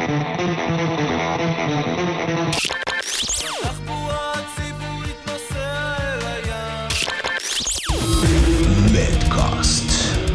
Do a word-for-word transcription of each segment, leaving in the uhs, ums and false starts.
התחבורה הציבורית נוסע אל הים. מדקאסט.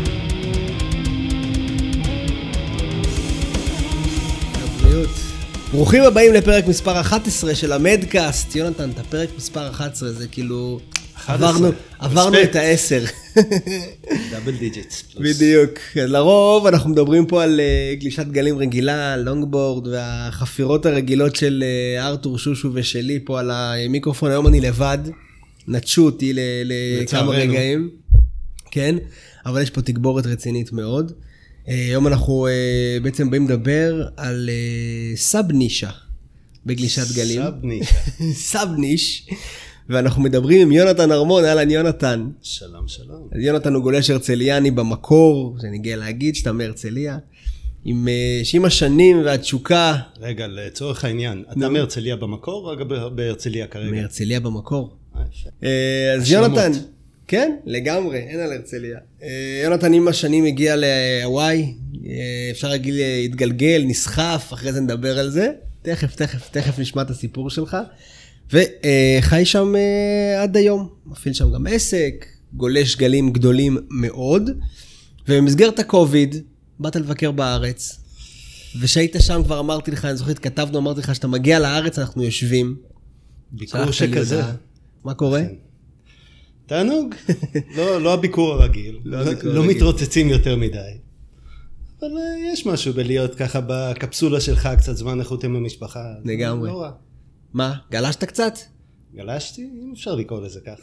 הבריאות. ברוכים הבאים לפרק מספר אחת עשרה של המדקאסט. יונתן, את הפרק מספר אחת עשרה זה כאילו... עברנו, עברנו את העשר. דאבל דיג'יטס. בדיוק. לרוב אנחנו מדברים פה על גלישת גלים רגילה, לונגבורד, והחפירות הרגילות של ארתור שושו ושלי פה על המיקרופון. היום אני לבד, נטשו אותי לכמה רגעים. כן, אבל יש פה תגבורת רצינית מאוד. היום אנחנו בעצם באים לדבר על סאב נישה בגלישת גלים. סאב נישה. סאב ניש. ואנחנו מדברים עם יונתן ארמון. אהלן יונתן. שלום שלום. אז יונתן הוא גולש הרצליאני במקור, שאני גאה להגיד שאתה מהרצליה, עם שעם השנים והתשוקה. רגע, לצורך העניין, אתה מהרצליה במקור או בהרצליה כרגע? מהרצליה במקור. אז יונתן, כן, לגמרי, אין על הרצליה. יונתן עם השנים הגיע להוואי, אפשר להגיד להתגלגל, נסחף, אחרי זה נדבר על זה. תכף, תכף, תכף נשמע את הסיפור שלך. וחי שם עד היום, מפעיל שם גם עסק, גולש גלים גדולים מאוד, ובמסגרת הקוביד, באת לבקר בארץ, ושהיית שם כבר אמרתי לך, אני זוכרת, כתבנו, אמרתי לך, שאתה מגיע לארץ, אנחנו יושבים. ביקור שכזה. מה קורה? תענוג. לא הביקור הרגיל, לא מתרוצצים יותר מדי. אבל יש משהו בלהיות ככה בקפסולה שלך, קצת זמן איכות עם המשפחה. לגמרי. לא רע. מה? גלשת קצת? גלשתי? אם אפשר לקרוא לזה ככה.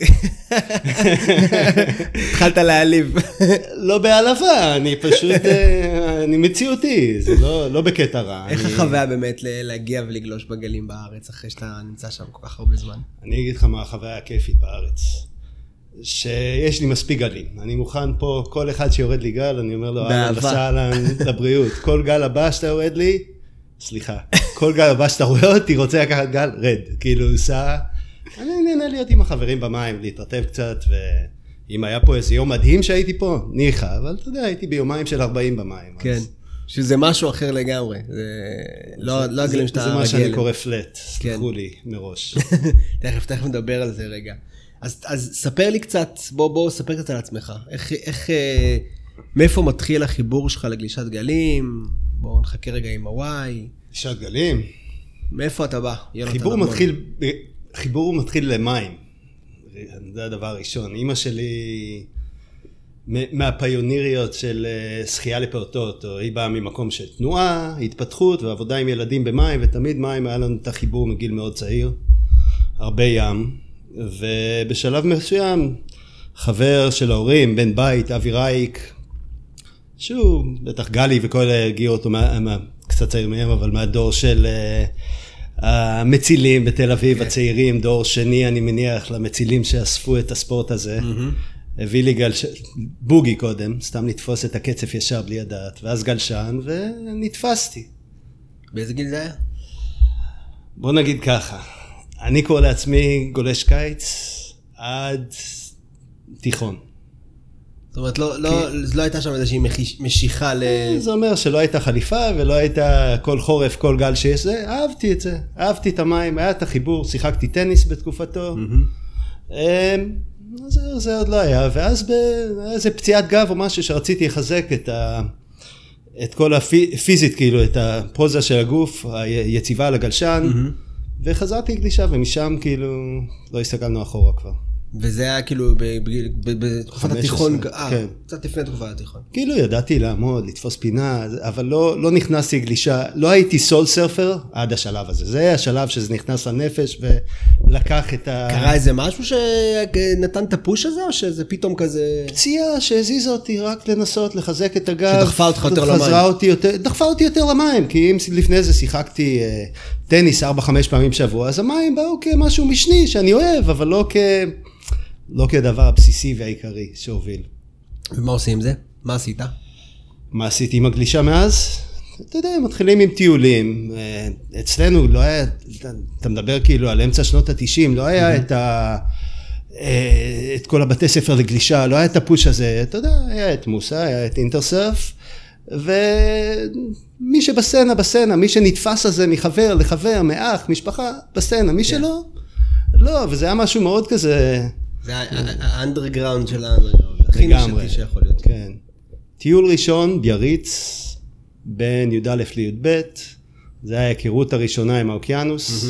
התחלת להעליב. לא בהעלבה, אני פשוט, אני מציאותי, זה לא בקטע רע. איך החוויה באמת להגיע ולגלוש בגלים בארץ, אחרי שאתה נמצא שם כל כך הרבה זמן? אני אגיד לך מה החוויה הכיפית בארץ. שיש לי מספיק גלים. אני מוכן פה, כל אחד שיורד לי גל, אני אומר לו, אהלן וסהלן לבריאות. כל גל הבא שאתה יורד לי, סליחה, כל גל הבא שאתה רואה אותי, רוצה לקחת גל, רד. כאילו, סע, אני נהנה להיות עם החברים במים, להתרטב קצת, ואם היה פה איזה יום מדהים שהייתי פה, ניחה, אבל אתה יודע, הייתי ביומיים של ארבעים במים. כן, שזה משהו אחר לגמרי, זה לא הגלים שאתה רגיל. זה מה שאני קורא פלט, סלחו לי מראש. תכף, תכף נדבר על זה רגע. אז ספר לי קצת, בוא ספר קצת על עצמך, איך, מאיפה מתחיל החיבור שלך לגלישת גלים? בואו נחכה רגע עם הוואי. גלישת גלים? מאיפה אתה בא? חיבור מתחיל, חיבור מתחיל למים. זה הדבר הראשון. אמא שלי מהפיוניריות של שחייה לפעוטות, או היא באה ממקום של תנועה, התפתחות ועבודה עם ילדים במים, ותמיד מים היה לנו את החיבור מגיל מאוד צעיר. הרבה ים. ובשלב מסוים, חבר של ההורים, בן בית, אבי רייק, שהוא בטח גלי וכל אלה הגיעו אותו מה, מה, קצת צעיר מהם, אבל מהדור של uh, המצילים בתל אביב, הצעירים, דור שני אני מניח למצילים שאספו את הספורט הזה, הביא לי גל, בוגי קודם, סתם לתפוס את הקצף ישר בלי הדעת, ואז גלשן ונתפסתי. באיזה גיל זה היה? בוא נגיד ככה, אני קורא לעצמי גולש קיץ עד תיכון. זאת אומרת, לא, לא, לא הייתה שם איזושהי משיכה ל... זה אומר שלא הייתה חליפה ולא הייתה כל חורף, כל גל שיש זה. אהבתי את זה. אהבתי את המים, היה את החיבור, שיחקתי טניס בתקופתו. זה, זה עוד לא היה. ואז באיזה פציעת גב או משהו שרציתי לחזק את, ה, את כל הפיזית, כאילו, את הפוזה של הגוף, היציבה על הגלשן. וחזרתי גלישה, ומשם כאילו לא הסתכלנו אחורה כבר. וזה היה כאילו בתקופת התיכון, אה, קצת לפני תקופת התיכון. כאילו ידעתי לעמוד, לתפוס פינה, אבל לא נכנסתי גלישה, לא הייתי סול סרפר עד השלב הזה. זה השלב שזה נכנס לנפש ולקח את ה... קרה איזה משהו שנתן את הפוש הזה, או שזה פתאום כזה... פציעה שהזיזה אותי רק לנסות לחזק את הגב. שדחפה אותך יותר למים. דחפה אותי יותר למים, כי אם לפני זה שיחקתי טניס ארבע חמש פעמים שבוע, אז המים באו כמשהו משני שאני אוהב, אבל לא כ... לא כדבר הבסיסי והעיקרי שהוביל. ומה עושים עם זה? מה עשית? מה עשיתי עם הגלישה מאז? אתה יודע, מתחילים עם טיולים. אצלנו לא היה, אתה מדבר כאילו על אמצע שנות התשעים, לא היה את ה... את כל הבתי ספר לגלישה, לא היה את הפוש הזה, אתה יודע, היה את מוסה, היה את אינטרסרף, ומי שבסצנה, בסצנה, מי שנתפס הזה מחבר לחבר, מאח, משפחה, בסצנה, מי שלא, לא, וזה היה משהו מאוד כזה... זה האנדרגראונד של האנדרגראונד, הכי נשתי שיכול להיות. כן. טיול ראשון, ביריץ, בין י"א לי"ב, זה היה ההיכרות הראשונה עם האוקיינוס.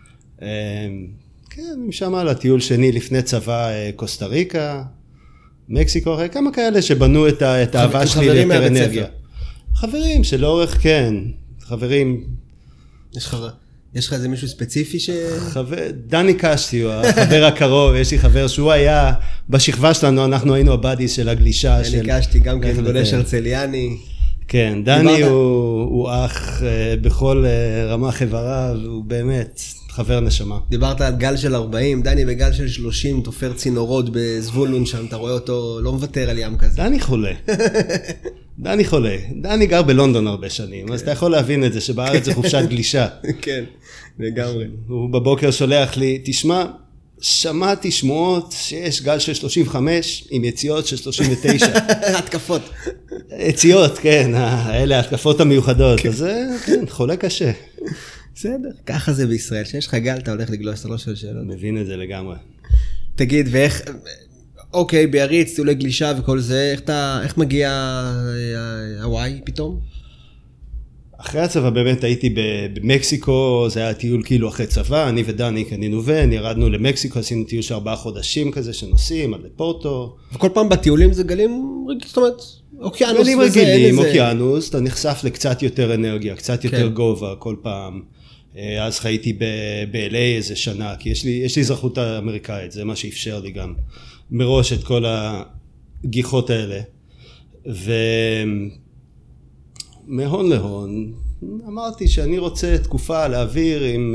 כן, משם על הטיול שני לפני צבא קוסטה ריקה, מקסיקו, כמה כאלה שבנו את האהבה שלי ליותר אנרגיה. חברים שלאורך, כן, חברים. יש לך... יש לך איזה מישהו ספציפי ש... חבר, דני קשתי הוא החבר הקרוב, יש לי חבר שהוא היה בשכבה שלנו, אנחנו היינו הבאדיס של הגלישה. דני קשתי גם כן גולש הרצליאני. כן, דני הוא, הוא אח בכל רמה חברה, והוא באמת חבר נשמה. דיברת על גל של ארבעים, דני בגל של שלושים, תופר צינורות בזבולון שם, אתה רואה אותו, לא מוותר על ים כזה. דני חולה. דני חולה. דני גר בלונדון הרבה שנים, אז אתה יכול להבין את זה, שבארץ זה חופשת גלישה. כן, לגמרי. הוא בבוקר שולח לי, תשמע, שמעתי שמועות שיש גל של שלושים וחמש עם יציאות של שלושים ותשע. התקפות. יציאות, כן, האלה, התקפות המיוחדות. אז זה, כן, חולה קשה. בסדר, ככה זה בישראל, שיש לך גל, אתה הולך לגלוש, אתה לא שואל שאלות. מבין את זה לגמרי. תגיד, ואיך, אוקיי, ביריץ, טיולי גלישה וכל זה, איך אתה, איך מגיע הוואי פתאום? אחרי הצבא באמת הייתי במקסיקו, זה היה טיול כאילו אחרי צבא, אני ודני קנינו ון, ירדנו למקסיקו, עשינו טיול של ארבעה חודשים כזה שנוסעים, עד לפורטו. וכל פעם בטיולים זה גלים, זאת אומרת, אוקיינוס גלים רגילים, אוקיינוס, אתה נחשף לקצת יותר אנרגיה, קצת יותר גובה כל פעם. אז חייתי ב-אל איי איזה שנה, כי יש לי, יש לי אזרחות אמריקאית, זה מה שאפשר לי גם מראש את כל הגיחות האלה. ומהון להון, אמרתי שאני רוצה תקופה להעביר עם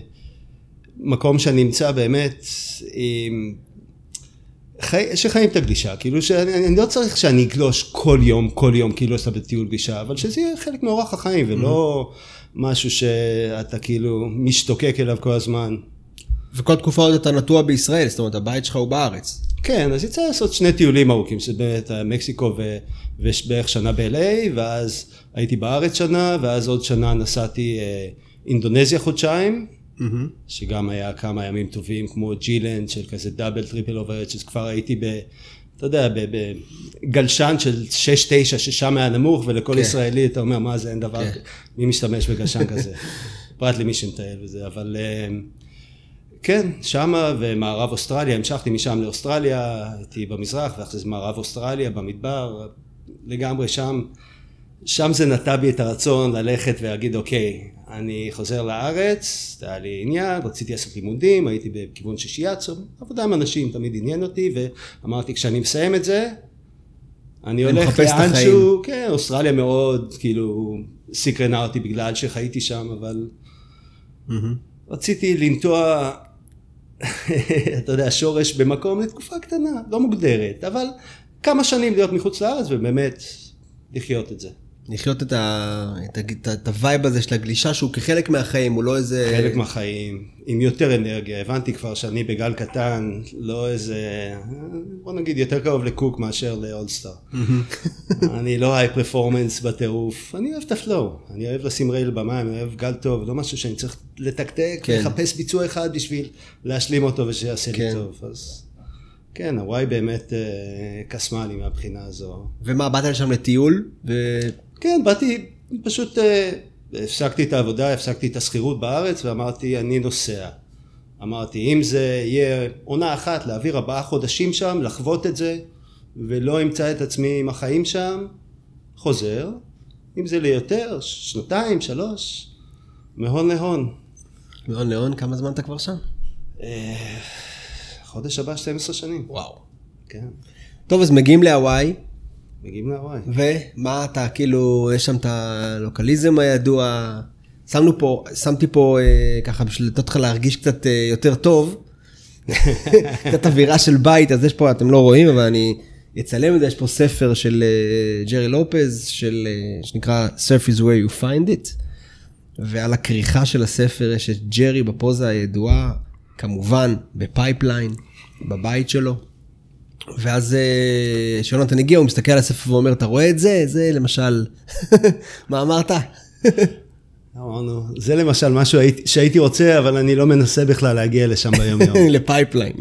מקום שאני נמצא באמת, עם... חי... שחיים את הגלישה, כאילו שאני אני לא צריך שאני אגלוש כל יום, כל יום, כאילו שאתה בטיול גלישה, אבל שזה יהיה חלק מאורח החיים, ולא משהו שאתה כאילו משתוקק אליו כל הזמן. וכל תקופה עוד אתה נטוע בישראל, זאת אומרת, הבית שלך הוא בארץ. כן, אז יצא לעשות שני טיולים ארוכים, שבאמת מקסיקו ו... ובערך שנה ב-אל איי, ואז הייתי בארץ שנה, ואז עוד שנה נסעתי אה, אינדונזיה חודשיים, mm-hmm. שגם היה כמה ימים טובים, כמו ג'ילנד, של כזה דאבל טריפל אוברד, שכבר הייתי ב... אתה יודע, בגלשן של שש תשע, ששם היה נמוך, ולכל okay. ישראלי אתה אומר, מה זה, אין דבר, okay. מי משתמש בגלשן כזה? פרט למי שמטייל וזה, אבל... כן, שמה ומערב אוסטרליה, המשכתי משם לאוסטרליה, הייתי במזרח, ואחרי זה מערב אוסטרליה, במדבר, לגמרי שם, שם זה נטע בי את הרצון ללכת ולהגיד, אוקיי, אני חוזר לארץ, היה לי עניין, רציתי לעשות לימודים, הייתי בכיוון של שיאצו, עבודה עם אנשים תמיד עניין אותי, ואמרתי, כשאני מסיים את זה, אני הולך לאנשהו, כן, אוסטרליה מאוד, כאילו, סקרנה אותי בגלל שחייתי שם, אבל רציתי לנטוע, אתה יודע, שורש במקום לתקופה קטנה, לא מוגדרת, אבל כמה שנים להיות מחוץ לארץ ובאמת לחיות את זה. לחיות את, ה... את, ה... את הווייב הזה של הגלישה שהוא כחלק מהחיים, הוא לא איזה... חלק מהחיים, עם יותר אנרגיה. הבנתי כבר שאני בגל קטן, לא איזה, בוא נגיד, יותר קרוב לקוק מאשר לאולסטאר. אני לא היי פרפורמנס בטירוף, אני אוהב את הפלואו, אני אוהב לשים רייל במים, אני אוהב גל טוב, לא משהו שאני צריך לתקתק, כן. לחפש ביצוע אחד בשביל להשלים אותו ושיעשה כן. לי טוב. אז כן, הוואי באמת אה, קסמה לי מהבחינה הזו. ומה, באת לשם לטיול? ו... כן, באתי, פשוט אה, הפסקתי את העבודה, הפסקתי את הסחירות בארץ, ואמרתי, אני נוסע. אמרתי, אם זה יהיה עונה אחת, להעביר ארבעה חודשים שם, לחוות את זה, ולא אמצא את עצמי עם החיים שם, חוזר. אם זה ליותר, שנתיים, שלוש, מהון להון. מהון להון, כמה זמן אתה כבר שם? אה, חודש הבא, שתים עשרה שנים. וואו. כן. טוב, אז מגיעים להוואי. מגיעים להוואי. ומה אתה, כאילו, יש שם את הלוקליזם הידוע, שמנו פה, שמתי פה אה, ככה בשביל לתת לך להרגיש קצת אה, יותר טוב, קצת אווירה של בית, אז יש פה, אתם לא רואים, אבל אני אצלם את זה, יש פה ספר של אה, ג'רי לופז, של, אה, שנקרא Surf is where you find it, ועל הכריכה של הספר יש את ג'רי בפוזה הידועה, כמובן בפייפליין, בבית שלו. ואז שיונתן הגיע, הוא מסתכל על הספר ואומר, אתה רואה את זה? זה למשל, מה אמרת? אמרנו, זה למשל משהו שהייתי רוצה, אבל אני לא מנסה בכלל להגיע לשם ביום יום. לפייפליין.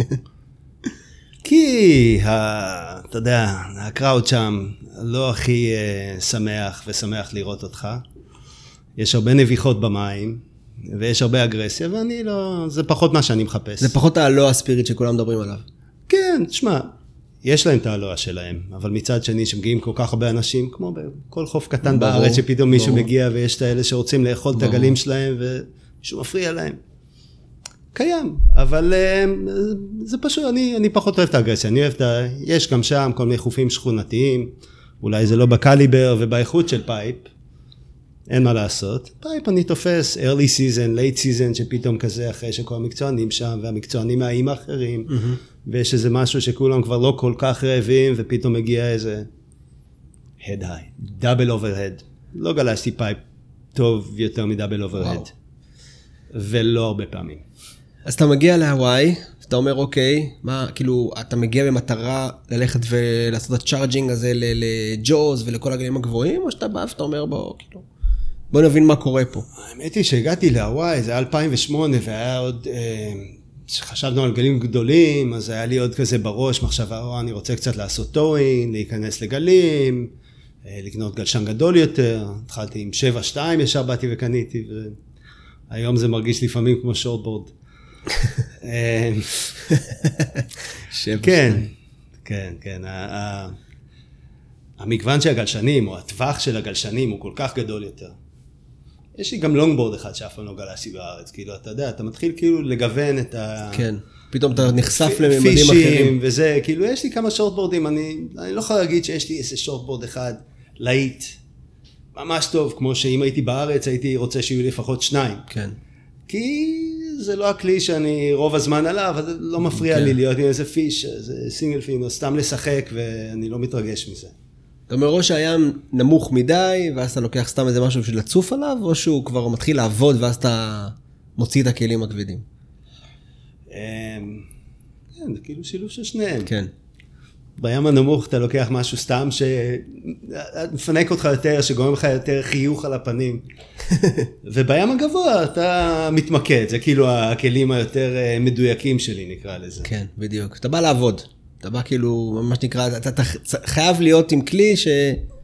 כי, אתה יודע, הקראוד שם לא הכי שמח ושמח לראות אותך. יש הרבה נביחות במים, ויש הרבה אגרסיה, ואני לא, זה פחות מה שאני מחפש. זה פחות הלא הספיריט שכולם מדברים עליו. כן, תשמע, יש להם את הלא שלהם, אבל מצד שני שמגיעים כל כך הרבה אנשים, כמו בכל חוף קטן ברור, בארץ, שפתאום ברור. מישהו מגיע ויש את האלה שרוצים לאכול ברור. את הגלים שלהם, ומישהו מפריע להם. קיים, אבל זה פשוט, אני, אני פחות אוהב את האגרסיה, אני אוהב את ה... יש גם שם כל מיני חופים שכונתיים, אולי זה לא בקליבר ובאיכות של פייפ, אין מה לעשות. פייפ אני תופס early season, late season, שפתאום כזה אחרי שכל המקצוענים שם, והמקצוענים מהאים האחרים, mm-hmm. ויש איזה משהו שכולם כבר לא כל כך רעבים, ופתאום מגיע איזה head high, double overhead. לא גלשתי פייפ טוב יותר מדאבל overhead. ולא הרבה פעמים. אז אתה מגיע להוואי, אתה אומר אוקיי, מה, כאילו, אתה מגיע במטרה ללכת ולעשות את הצ'ארג'ינג הזה לג'וז ולכל הגלים הגבוהים, או שאתה בא ואתה אומר בוא, כאילו, בוא נבין מה קורה פה. האמת היא שהגעתי להוואי, זה היה אלפיים ושמונה, והיה עוד, שחשבנו על גלים גדולים, אז היה לי עוד כזה בראש, מחשבה, או, אני רוצה קצת לעשות טואין, להיכנס לגלים, לקנות גלשן גדול יותר, התחלתי עם שבע שתיים, ישר באתי וקניתי, והיום זה מרגיש לפעמים כמו שורטבורד. כן, כן, כן. המגוון של הגלשנים, או הטווח של הגלשנים, הוא כל כך גדול יותר. יש לי גם לונגבורד אחד שאף פעם לא גלשתי בארץ, כאילו, אתה יודע, אתה מתחיל כאילו לגוון את ה... כן, פתאום אתה נחשף לממדים אחרים. פישים וזה, כאילו, יש לי כמה שורטבורדים, אני לא יכול להגיד שיש לי איזה שורטבורד אחד, להיט, ממש טוב, כמו שאם הייתי בארץ, הייתי רוצה שיהיו לפחות שניים. כן. כי זה לא הכלי שאני רוב הזמן עליו, אבל לא מפריע לי להיות עם איזה פיש, איזה סינגל פין, או סתם לשחק, ואני לא מתרגש מזה. אתה אומר, או שהים נמוך מדי, ואז אתה לוקח סתם איזה משהו בשביל לצוף עליו, או שהוא כבר מתחיל לעבוד, ואז אתה מוציא את הכלים הכבדים? כן, זה כאילו שילוב של שניהם. כן. בים הנמוך אתה לוקח משהו סתם שמפנק אותך יותר, שגורם לך יותר חיוך על הפנים. ובים הגבוה אתה מתמקד, זה כאילו הכלים היותר מדויקים שלי נקרא לזה. כן, בדיוק. אתה בא לעבוד. אתה בא כאילו, מה שנקרא, אתה, אתה חייב להיות עם כלי ש...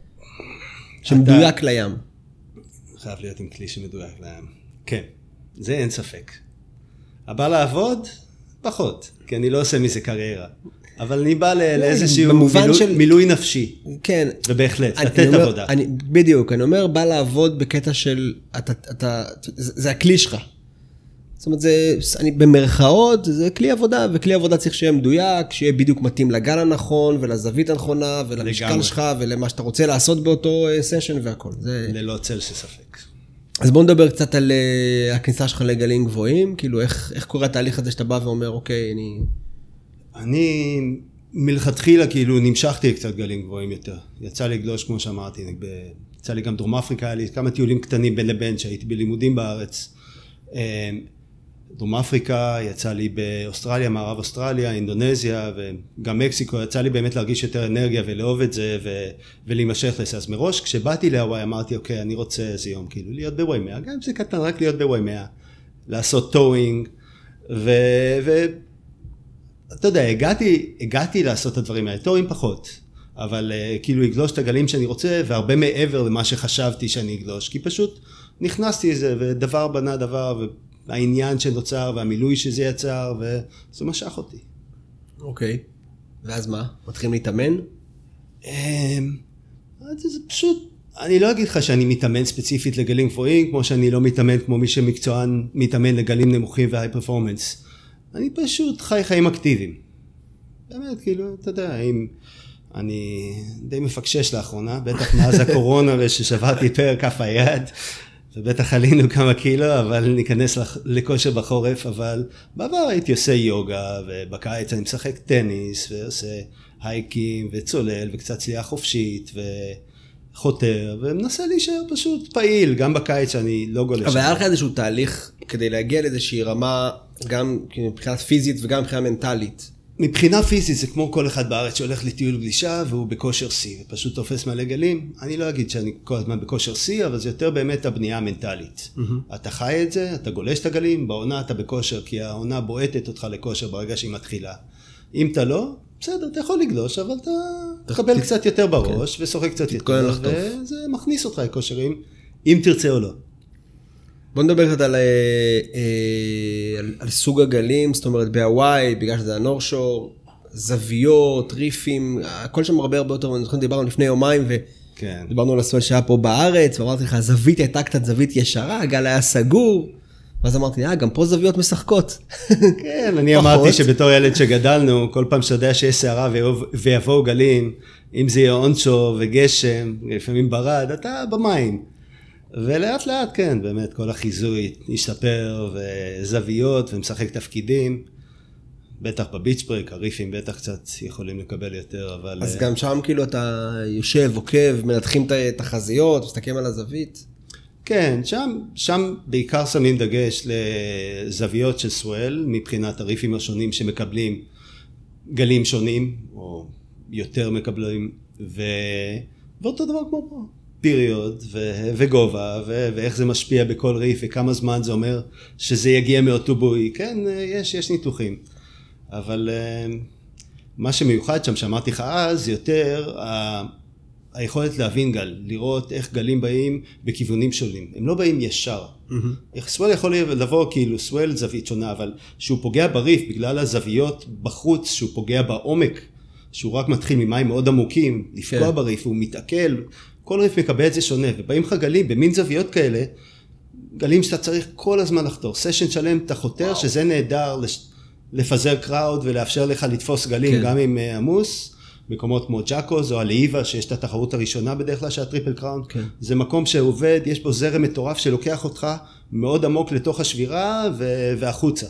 שמדויק אתה... לים. חייב להיות עם כלי שמדויק לים. כן, זה אין ספק. הבא לעבוד? פחות, כי אני לא עושה מזה קריירה. אבל אני בא לאיזשהו מילוי, של... מילוי נפשי. כן. ובהחלט, אני, לתת אני אומר, עבודה. אני, בדיוק, אני אומר, בא לעבוד בקטע של, אתה, אתה, זה, זה הכלי שלך. זאת אומרת, זה, אני, במרכאות, זה כלי עבודה, וכלי עבודה צריך שיהיה מדויק, שיהיה בדיוק מתאים לגל הנכון, ולזווית הנכונה, ולמשקל לגמרי. שלך, ולמה שאתה רוצה לעשות באותו סשן והכל. זה... ללא צל שספק. אז בואו נדבר קצת על uh, הכניסה שלך לגלים גבוהים, כאילו איך, איך קורה התהליך הזה שאתה בא ואומר, אוקיי, אני... אני מלכתחילה כאילו נמשכתי קצת גלים גבוהים יותר. יצא לי גלוש כמו שאמרתי, יצא לי גם דרום אפריקה, היה לי כמה טיולים קטנים בין לבין שהייתי בלימודים בארץ. דרום אפריקה, יצא לי באוסטרליה, מערב אוסטרליה, אינדונזיה וגם מקסיקו, יצא לי באמת להרגיש יותר אנרגיה ולאהוב את זה ו- ולהימשך לזה. אז מראש כשבאתי להוואי אמרתי, אוקיי, אני רוצה איזה יום כאילו להיות בוואי מאה, גם אם זה קטן רק להיות בוואי מאה, לעשות טואינג ו- ו- אתה יודע, הגעתי, הגעתי לעשות את הדברים האלה, טועים פחות, אבל uh, כאילו אגלוש את הגלים שאני רוצה, והרבה מעבר למה שחשבתי שאני אגלוש, כי פשוט נכנסתי לזה, ודבר בנה דבר, והעניין שנוצר, והמילוי שזה יצר, וזה משך אותי. אוקיי, ואז מה? מתחילים להתאמן? Um, זה, זה פשוט, אני לא אגיד לך שאני מתאמן ספציפית לגלים גבוהים, כמו שאני לא מתאמן כמו מי שמקצוען מתאמן לגלים נמוכים והי פרפורמנס. אני פשוט חי חיים אקטיביים. באמת, כאילו, אתה יודע, אם אני די מפקשש לאחרונה, בטח מאז הקורונה וששברתי את פרק כף היד, ובטח עלינו כמה קילו, אבל ניכנס לכושר בחורף, אבל בעבר הייתי עושה יוגה, ובקיץ אני משחק טניס, ועושה הייקים, וצולל, וקצת צליעה חופשית, וחותר, ומנסה להישאר פשוט פעיל, גם בקיץ שאני לא גולש. אבל היה לך איזשהו תהליך כדי להגיע לאיזושהי רמה, גם מבחינה פיזית וגם מבחינה מנטלית, מבחינה פיזית זה כמו כל אחד בארץ שהולך לטיול גלישה והוא בכושר C, ופשוט תופס מלא גלים. אני לא אגיד שאני כל הזמן בכושר C, אבל זה יותר באמת הבנייה המנטלית. Mm-hmm. אתה חי את זה, אתה גולש את הגלים, בעונה אתה בכושר, כי העונה בועטת אותך לכושר ברגע שהיא מתחילה. אם אתה לא, בסדר, אתה יכול לגלוש, אבל אתה תקבל ת... קצת יותר בראש, okay. ושוחק קצת יותר, וזה מכניס אותך לכושרים, אם תרצה או לא. בוא נדבר קצת על, על, על סוג הגלים, זאת אומרת בהוואי, בגלל שזה הנור שור, זוויות, ריפים, הכל שם הרבה הרבה יותר, אני זוכר, דיברנו לפני יומיים, ודיברנו על הסואל שהיה פה בארץ, ואמרתי לך, הזווית הייתה קצת זווית ישרה, הגל היה סגור, ואז אמרתי, אה, גם פה זוויות משחקות. כן, אני אמרתי שבתור ילד שגדלנו, כל פעם שאתה יודע שיש שערה ויבואו גלים, אם זה יהיה אונשור וגשם, לפעמים ברד, אתה במים. ולאט לאט כן, באמת כל החיזוי השתפר וזוויות ומשחק תפקידים, בטח בביץ' ברק, הריפים בטח קצת יכולים לקבל יותר, אבל... אז גם שם כאילו אתה יושב, עוקב, מנתחים את התחזיות, מסתכלים על הזווית? כן, שם, שם בעיקר שמים דגש לזוויות של סואל, מבחינת הריפים השונים שמקבלים גלים שונים, או יותר מקבלים, ו... ואותו דבר כמו פה. פיריוד ו- וגובה ו- ואיך זה משפיע בכל ריף וכמה זמן זה אומר שזה יגיע מאותו בוי. כן, יש, יש ניתוחים. אבל uh, מה שמיוחד שם, שאמרתי לך אז, יותר ה- היכולת להבין גל, לראות איך גלים באים בכיוונים שונים. הם לא באים ישר. Mm-hmm. איך סואל יכול לבוא כאילו, סואל זווית שונה, אבל שהוא פוגע בריף בגלל הזוויות בחוץ, שהוא פוגע בעומק, שהוא רק מתחיל ממים מאוד עמוקים, לפגוע כן. בריף, הוא מתעכל, כל ריף מקבל את זה שונה, ובאים לך גלים במין זוויות כאלה, גלים שאתה צריך כל הזמן לחתור. סשן שלם אתה חותר, וואו. שזה נהדר לפזר קראוד ולאפשר לך לתפוס גלים כן. גם עם עמוס, מקומות כמו ג'קוז או הלאיבה, שיש את התחרות הראשונה בדרך כלל של הטריפל קראון. כן. זה מקום שעובד, יש בו זרם מטורף שלוקח אותך מאוד עמוק לתוך השבירה ו- והחוצה.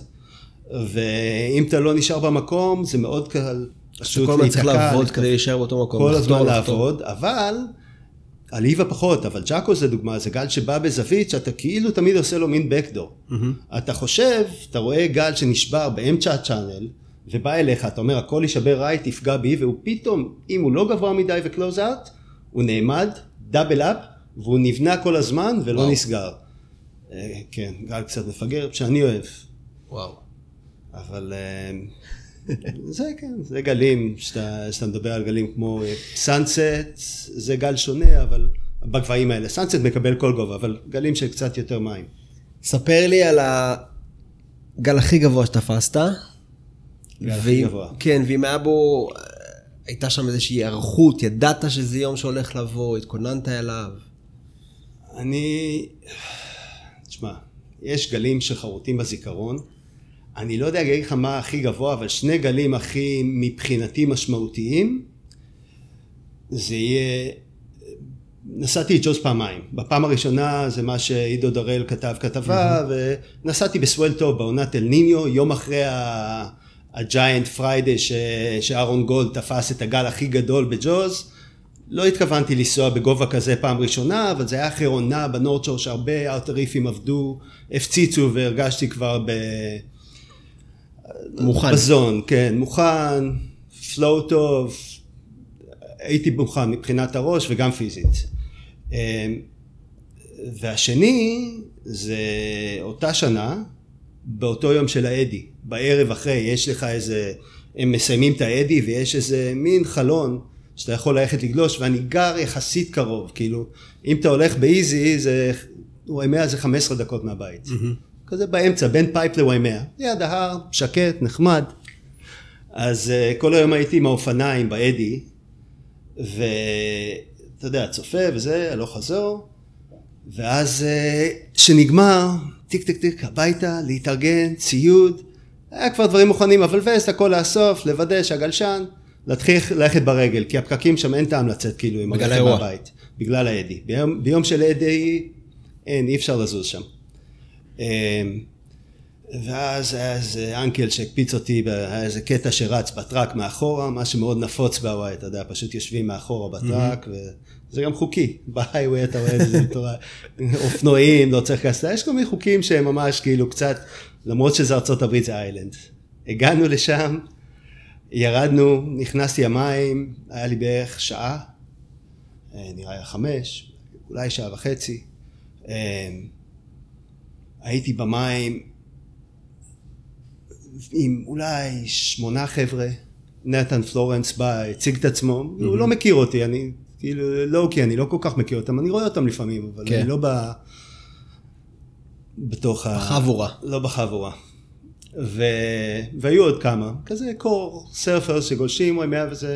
ואם אתה לא נשאר במקום, זה מאוד קל. כל הזמן צריך לעבוד כדי להישאר באותו מקום. כל הזמן לעבוד, אבל... הלאיבה פחות, אבל ג'קוז לדוגמה, זה גל שבא בזווית שאתה כאילו תמיד עושה לו מין בקדור. Mm-hmm. אתה חושב, אתה רואה גל שנשבר באמצע הצ'אנל, ובא אליך, אתה אומר, הכל יישבר רייט, יפגע בי, והוא פתאום, אם הוא לא גבוה מדי וקלוז אאוט, הוא נעמד, דאבל אפ, והוא נבנה כל הזמן ולא וואו. נסגר. כן, גל קצת מפגר, שאני אוהב. וואו. אבל... זה כן, זה גלים, שאתה, שאתה מדבר על גלים כמו סאנסט, זה גל שונה, אבל בגבהים האלה, סאנסט מקבל כל גובה, אבל גלים של קצת יותר מים. ספר לי על הגל הכי גבוה שתפסת. גל הכי גבוה. כן, ואם היה בו, הייתה שם איזושהי ערכות, ידעת שזה יום שהולך לבוא, התכוננת אליו. אני, תשמע, יש גלים שחרוטים בזיכרון, אני לא יודע להגיד לך מה הכי גבוה, אבל שני גלים הכי מבחינתי משמעותיים, זה יהיה, נסעתי את ג'וז פעמיים. בפעם הראשונה זה מה שעידו דרל כתב כתבה, mm-hmm. ונסעתי בסואל טוב בעונת אל ניניו, יום אחרי הג'יינט פריידי שארון גולד תפס את הגל הכי גדול בג'וז. לא התכוונתי לנסוע בגובה כזה פעם ראשונה, אבל זה היה אחרי עונה בנורד שור שהרבה ארטריפים עבדו, הפציצו והרגשתי כבר ב... מוכן. בזון, כן, מוכן, פלואו טוב, הייתי מוכן מבחינת הראש וגם פיזית. והשני, זה אותה שנה, באותו יום של האדי, בערב אחרי, יש לך איזה, הם מסיימים את האדי ויש איזה מין חלון, שאתה יכול ללכת לגלוש, ואני גר יחסית קרוב, כאילו, אם אתה הולך באיזי, זה, וואי זה חמש עשרה דקות מהבית. Mm-hmm. כזה באמצע, בין פייפ לוואי מאה. ליד ההר, שקט, נחמד. אז uh, כל היום הייתי עם האופניים באדי, ואתה יודע, צופה וזה, הלוך חזור, ואז uh, שנגמר, טיק טיק טיק, הביתה, להתארגן, ציוד, היה כבר דברים מוכנים, אבל וסט, הכל לאסוף, לוודא שהגלשן, להתחיל ללכת ברגל, כי הפקקים שם אין טעם לצאת כאילו עם הרכב מהבית, בגלל האדי. ביום, ביום של האדי אין, אי אפשר לזוז שם. ואז היה איזה אנקל שהקפיץ אותי, היה איזה קטע שרץ בטרק מאחורה, מה שמאוד נפוץ בהוואי, אתה יודע, פשוט יושבים מאחורה בטרק, וזה גם חוקי, בהיווי אתה רואה את זה, אופנועים, לא צריך כסה, יש כל מיני חוקים שהם ממש כאילו קצת, למרות שזה ארצות הברית זה איילנד. הגענו לשם, ירדנו, נכנסתי המים, היה לי בערך שעה, נראה היה חמש, אולי שעה וחצי. הייתי במים עם אולי שמונה חבר'ה, נתן פלורנס בא, הציג את עצמו, mm-hmm. הוא לא מכיר אותי, אני כאילו לא כי אני לא כל כך מכיר אותם, אני רואה אותם לפעמים, אבל כן. אני לא ב... בתוך בחבורה. ה... לא בחבורה. ו... והיו עוד כמה, כזה קור, סרפר שגולשים או מאה וזה,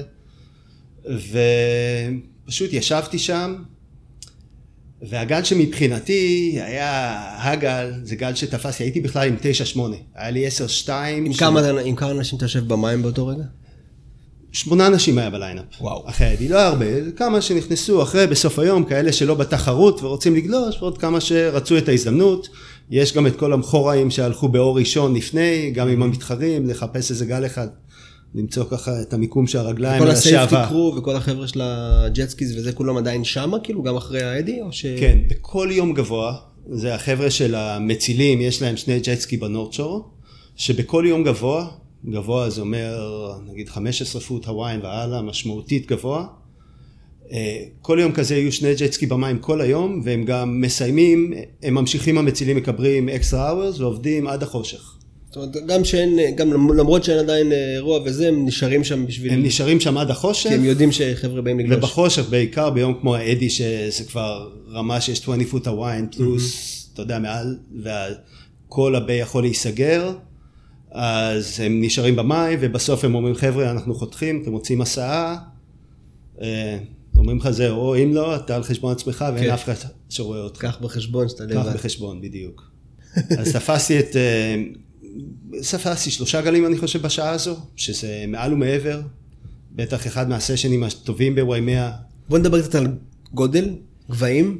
ופשוט ישבתי שם, והגל שמבחינתי היה הגל, זה גל שתפסתי, הייתי בכלל עם תשע שמונה, היה לי עשר שתיים. עם, ש... כמה, עם כמה אנשים אתה יושב במים באותו רגע? שמונה אנשים היה בליינאפ. וואו. אחרי הייתי, לא הרבה, כמה שנכנסו אחרי בסוף היום, כאלה שלא בתחרות ורוצים לגלוש, ועוד כמה שרצו את ההזדמנות. יש גם את כל המחוראים שהלכו באור ראשון לפני, גם עם המתחרים, לחפש איזה גל אחד, למצוא ככה את המיקום של הרגליים. וכל הסייפטי קרו וכל החבר'ה של הג'טסקיז וזה כולם עדיין שמה, כאילו גם אחרי האדי? ש... כן, בכל יום גבוה, זה החבר'ה של המצילים, יש להם שני ג'טסקי בנורד שור, שבכל יום גבוה, גבוה זה אומר נגיד חמש עשרה פוט הוויין והלאה, משמעותית גבוה, כל יום כזה יהיו שני ג'טסקי במים כל היום, והם גם מסיימים, הם ממשיכים המצילים מקברים אקסטרה אאורס ועובדים עד החושך. זאת אומרת, גם שאין, גם למרות שאין עדיין אירוע וזה, הם נשארים שם בשביל... הם נשארים שם עד החושך. כי הם יודעים שחבר'ה באים לגלוש. ובחושך, בעיקר ביום כמו האדי, שזה כבר רמה שיש עשרים פוט הוויין, פלוס, אתה יודע, מעל, וכל הבי יכול להיסגר, אז הם נשארים במים, ובסוף הם אומרים, חבר'ה, אנחנו חותכים, אתם מוצאים הסעה, אומרים לך זה, או אם לא, אתה על חשבון עצמך, ואין אף אחד שרואה אותך. קח בחשבון שאתה לבד. קח בחשבון, בדיוק. אז תפסתי את... ספסתי שלושה גלים אני חושב בשעה הזו, שזה מעל ומעבר, בטח אחד מהסשנים הטובים בוואי-מאה. בוא נדבר קצת על גודל, גבהים.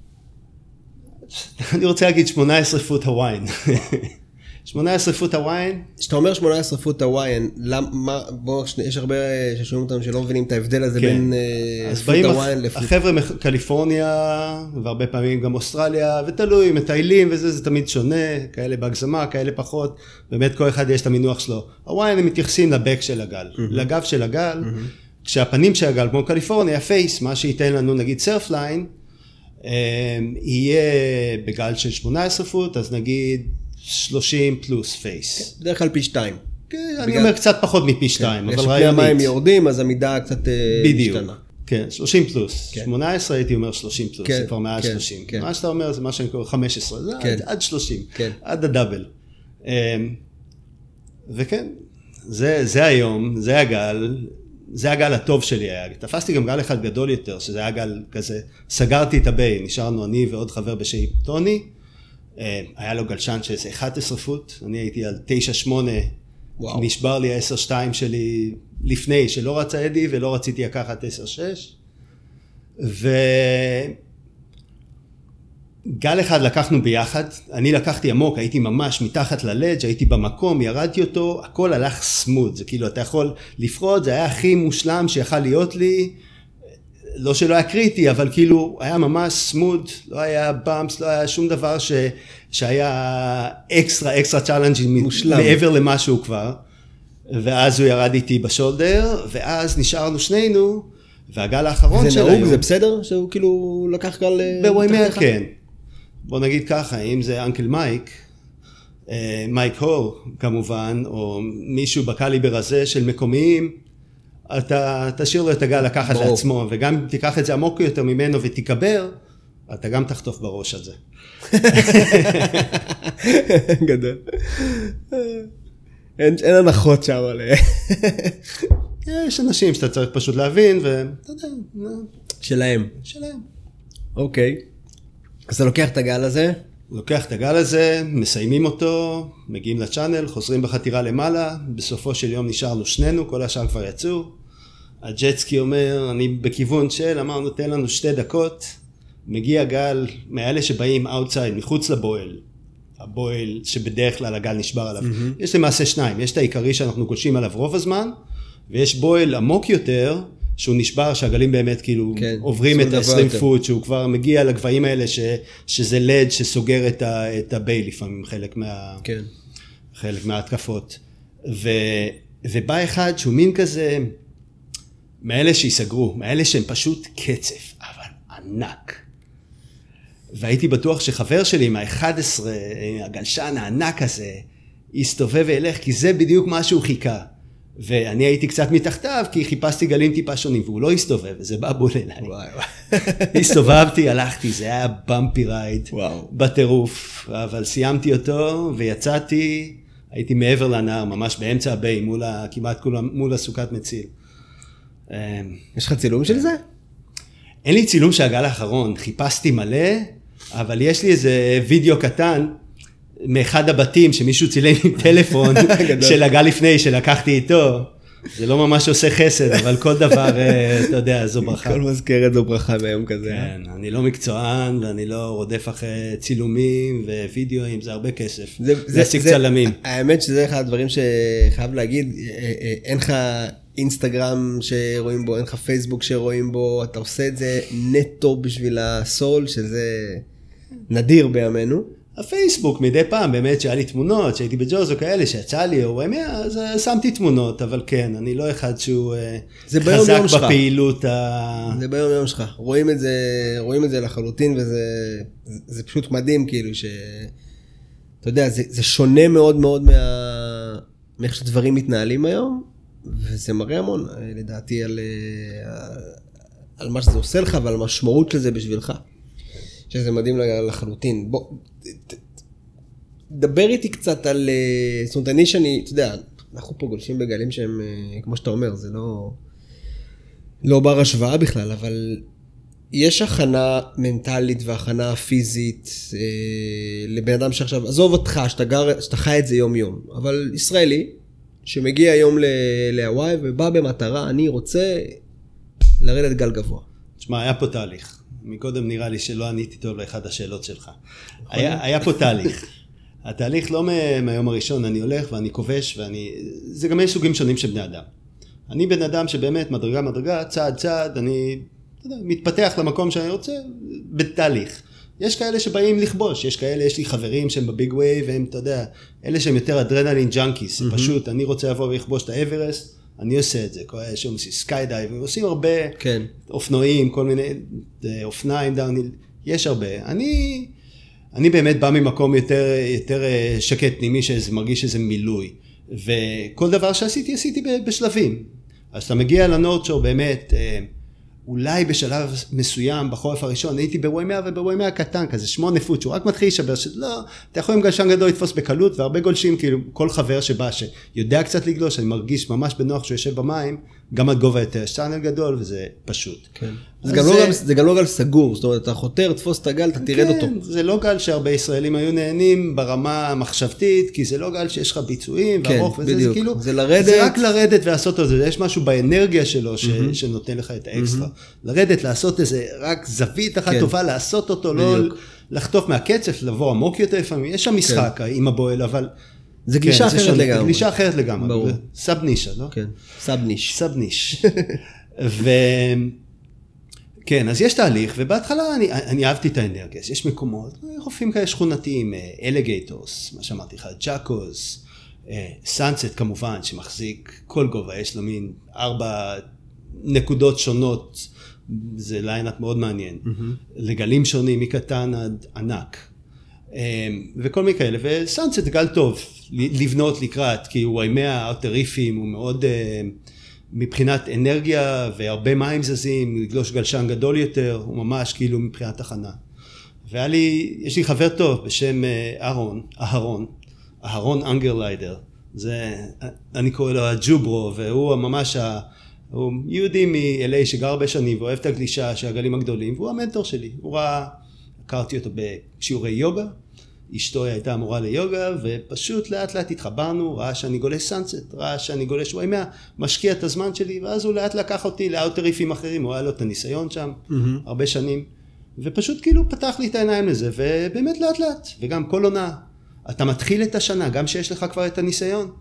אני רוצה להגיד שמונה עשרה פוט הוויין. שמונה עשרה פוט הוויין. כשאתה אומר שמונה עשרה פוט הוויין, למה, בוא, יש הרבה ששומעים אותם שלא מבינים את ההבדל הזה בין פוט הוויין לפוט. החבר'ה מקליפורניה, והרבה פעמים גם אוסטרליה, ותלוי, מטיילים וזה, זה תמיד שונה, כאלה בהגזמה, כאלה פחות, באמת כל אחד יש את המינוח שלו. הוויין הם מתייחסים לבק של הגל, לגב של הגל, כשהפנים של הגל, כמו קליפורניה, הפייס, מה שייתן לנו נגיד סרף ליין, יהיה בגל של שמונה עשרה פוט, אז נגיד שלושים פלוס פייס. בדרך כלל פי שתיים. כן, אני אומר קצת פחות מפי שתיים, אבל רעיונית. יש פי המים יורדים, אז המידה קצת בדיוק. משתנה. כן, שלושים פלוס. שמונה עשרה הייתי אומר שלושים פלוס, זה כבר מעל שלושים. מה שאתה אומר זה מה שאני קורא חמש עשרה, זה עד שלושים, עד הדאבל. וכן, זה היום, זה הגל, זה הגל הטוב שלי היה. תפסתי גם גל אחד גדול יותר, שזה היה גל כזה, סגרתי את הביי, נשארנו אני ועוד חבר בשם טוני, היה לו גלשן של אחת עשרה פוט, אני הייתי על תשע שמונה, נשבר לי עשר שתיים שלי לפני, שלא רצה אדי ולא רציתי לקחת עשר שש, וגל אחד לקחנו ביחד, אני לקחתי עמוק, הייתי ממש מתחת ללדג', הייתי במקום, ירדתי אותו, הכל הלך סמוד, זה כאילו אתה יכול לפרוט, זה היה הכי מושלם שיכל להיות לי, לא שלא היה קריטי, אבל כאילו היה ממש סמוד, לא היה באמפס, לא היה שום דבר ש, שהיה אקסטרה, אקסטרה צ'אלנג'י מעבר למה שהוא כבר. ואז הוא ירד איתי בשולדר, ואז נשארנו שנינו, והגל האחרון של היום... זה נהוג, זה בסדר? שהוא כאילו לקח גל... בוואי-מאה, כן. בוא נגיד ככה, אם זה אנקל מייק, מייק הור כמובן, או מישהו בקליבר הזה של מקומיים, אתה תשאיר לו את הגל לקחת ברור. לעצמו, וגם אם תיקח את זה עמוק יותר ממנו ותקבר, אתה גם תחטוף בראש על זה. גדול. אין, אין הנחות שם עליה. יש אנשים שאתה צריך פשוט להבין, ואתה יודע. שלהם. שלהם. אוקיי. אז אתה לוקח את הגל הזה? לוקח את הגל הזה, מסיימים אותו, מגיעים לצ'אנל, חוזרים בחתירה למעלה, בסופו של יום נשארנו שנינו, כל השאר כבר יצאו. הג'טסקי אומר, אני בכיוון של, אמרנו, תן לנו שתי דקות, מגיע גל, מאלה שבאים outside, מחוץ לבועל, הבועל שבדרך כלל הגל נשבר עליו. Mm-hmm. יש למעשה שניים, יש את העיקרי שאנחנו גולשים עליו רוב הזמן, ויש בועל עמוק יותר, שהוא נשבר, שהגלים באמת כאילו כן, עוברים את ה-עשרים פוט, שהוא כבר מגיע לגבהים האלה, ש, שזה לד שסוגר את, ה, את הביי לפעמים, חלק, מה, כן. חלק מההתקפות. ובא אחד שהוא מין כזה, מאלה שיסגרו, מאלה שהם פשוט קצף, אבל ענק. והייתי בטוח שחבר שלי מה-אחד עשרה, הגלשן הענק הזה, יסתובב וילך, כי זה בדיוק מה שהוא חיכה. ואני הייתי קצת מתחתיו, כי חיפשתי גלים טיפה שונים, והוא לא הסתובב, וזה בא בול אליי. וואי וואי. הסתובבתי, הלכתי, זה היה במפי רייד, וואו. בטירוף, אבל סיימתי אותו, ויצאתי, הייתי מעבר לנהר, ממש באמצע הביי, מול, כמעט מול הסוכת מציל. יש לך צילום של זה? אין לי צילום של הגל האחרון, חיפשתי מלא, אבל יש לי איזה וידאו קטן, מאחד הבתים שמישהו צילם עם טלפון של הגל לפני שלקחתי איתו. זה לא ממש עושה חסד, אבל כל דבר, אתה יודע, זו ברכה. כל מזכרת זו ברכה ביום כזה. כן, אני לא מקצוען, ואני לא רודף אחרי צילומים ווידאוים, זה הרבה כסף. זה עשיק צלמים. האמת שזה אחד הדברים שחייב להגיד, אין לך אינסטגרם שרואים בו, אין לך פייסבוק שרואים בו, אתה עושה את זה נטו בשביל הסול, שזה נדיר בימינו. הפייסבוק מדי פעם, באמת שהיה לי תמונות, שהייתי בג'וז או כאלה, שיצא לי, או רמי, אז שמתי תמונות, אבל כן, אני לא אחד שהוא חזק בפעילות. זה ביום יום שלך, רואים את זה, רואים את זה לחלוטין, וזה זה פשוט מדהים, כאילו ש... אתה יודע, זה, זה שונה מאוד מאוד מה... מאיך שדברים מתנהלים היום, וזה מראה המון, לדעתי, על, על מה שזה עושה לך, ועל המשמעות של זה בשבילך. שזה מדהים לחלוטין. בוא, דבר איתי קצת על, זאת אומרת, אני שאני, אתה יודע, אנחנו פה גולשים בגלים שהם, כמו שאתה אומר, זה לא, לא בר השוואה בכלל, אבל יש הכנה מנטלית והכנה פיזית לבן אדם שעכשיו, עזוב אותך, שאתה גר, שאתה חי את זה יום יום, אבל ישראלי, שמגיע היום להוואי ובא במטרה, אני רוצה לרדת גל גבוה. תשמע, היה פה תהליך. מקודם נראה לי שלא עניתי טוב לאחד השאלות שלך. היה, היה פה תהליך. התהליך לא מהיום הראשון, אני הולך ואני כובש, ואני... זה גם יש סוגים שונים של בני אדם. אני בן אדם שבאמת מדרגה מדרגה, צעד צעד, אני אתה יודע, מתפתח למקום שאני רוצה, בתהליך. יש כאלה שבאים לכבוש, יש כאלה, יש לי חברים שהם בביג ווי, והם, אתה יודע, אלה שהם יותר אדרנלין ג'אנקיס, mm-hmm. פשוט, אני רוצה לבוא ולכבוש את האברסט, אני עושה את זה, שהם עושים סקיידייב, עושים הרבה כן. אופנועים, כל מיני אופניים, דאוניל, יש הרבה. אני, אני באמת בא ממקום יותר, יותר שקט פנימי, שזה מרגיש איזה מילוי, וכל דבר שעשיתי, עשיתי בשלבים. אז אתה מגיע לנורד שור באמת, אולי בשלב מסוים, בחורף הראשון, הייתי ברואי מאה וברואי מאה קטן, כזה שמונה פוט, שהוא רק מתחיל לשבר, שלא, אתה יכול עם גלשן גדול לתפוס בקלות, והרבה גולשים, כאילו, כל חבר שבא, שיודע קצת לגלוש, אני מרגיש ממש בנוח שהוא יושב במים, גם עד גובה יותר, שטאנל גדול, וזה פשוט. כן. זה גם, לא, זה גם לא גל סגור, זאת אומרת, אתה חותר, תפוס את הגל, אתה תירד אותו. כן, זה לא גל שהרבה ישראלים היו נהנים ברמה המחשבתית, כי זה לא גל שיש לך ביצועים, כן, וארוך, וזה, בדיוק. זה כאילו, זה לרדת. זה רק לרדת ולעשות את זה, יש משהו באנרגיה שלו, ש, mm-hmm. שנותן לך את האקסטרה. Mm-hmm. לרדת, לעשות איזה, רק זווית אחת כן. טובה, לעשות אותו, בדיוק. לא לחטוף מהקצף, לבוא עמוק יותר לפעמים, יש שם משחק כן. עם הבועל, אבל... זה גלישה אחרת שונה, לגמרי. גלישה אחרת לגמרי. ברור. סאב נישה, לא? כן, סאב ניש. סאב ניש. ו... כן, אז יש תהליך, ובהתחלה אני, אני אהבתי את האנרגיה, יש מקומות, חופים כאלה שכונתיים, אלגייטורס, מה שאמרתי לך, ג'קוס, סאנסט כמובן, שמחזיק כל גובה, יש לו מין ארבע נקודות שונות, זה ליינאפ מאוד מעניין, mm-hmm. לגלים שונים, מקטן עד ענק. וכל מיני כאלה, וסאנסט גל טוב לבנות לקראת, כי הוא הימי האוטריפים, הוא מאוד מבחינת אנרגיה והרבה מים זזים, לגלוש גלשן גדול יותר, הוא ממש כאילו מבחינת תחנה. והיה לי, יש לי חבר טוב בשם אהרון, אהרון, אהרון אנגרליידר, זה, אני קורא לו הג'וברו, והוא ממש, הוא יהודי מ-אל איי שגר הרבה שנים, ואוהב את הגלישה של הגלים הגדולים, והוא המנטור שלי, הוא ראה, הכרתי אותו בשיעורי יוגה, אשתו הייתה אמורה ליוגה, ופשוט לאט לאט התחברנו, ראה שאני גולש סאנסט, ראה שאני גולש וואי מאה, משקיע את הזמן שלי, ואז הוא לאט לקח אותי לאוטריפים אחרים, הוא היה לו את הניסיון שם, mm-hmm. הרבה שנים, ופשוט כאילו פתח לי את העיניים לזה, ובאמת לאט לאט, וגם כל עונה, אתה מתחיל את השנה, גם שיש לך כבר את הניסיון,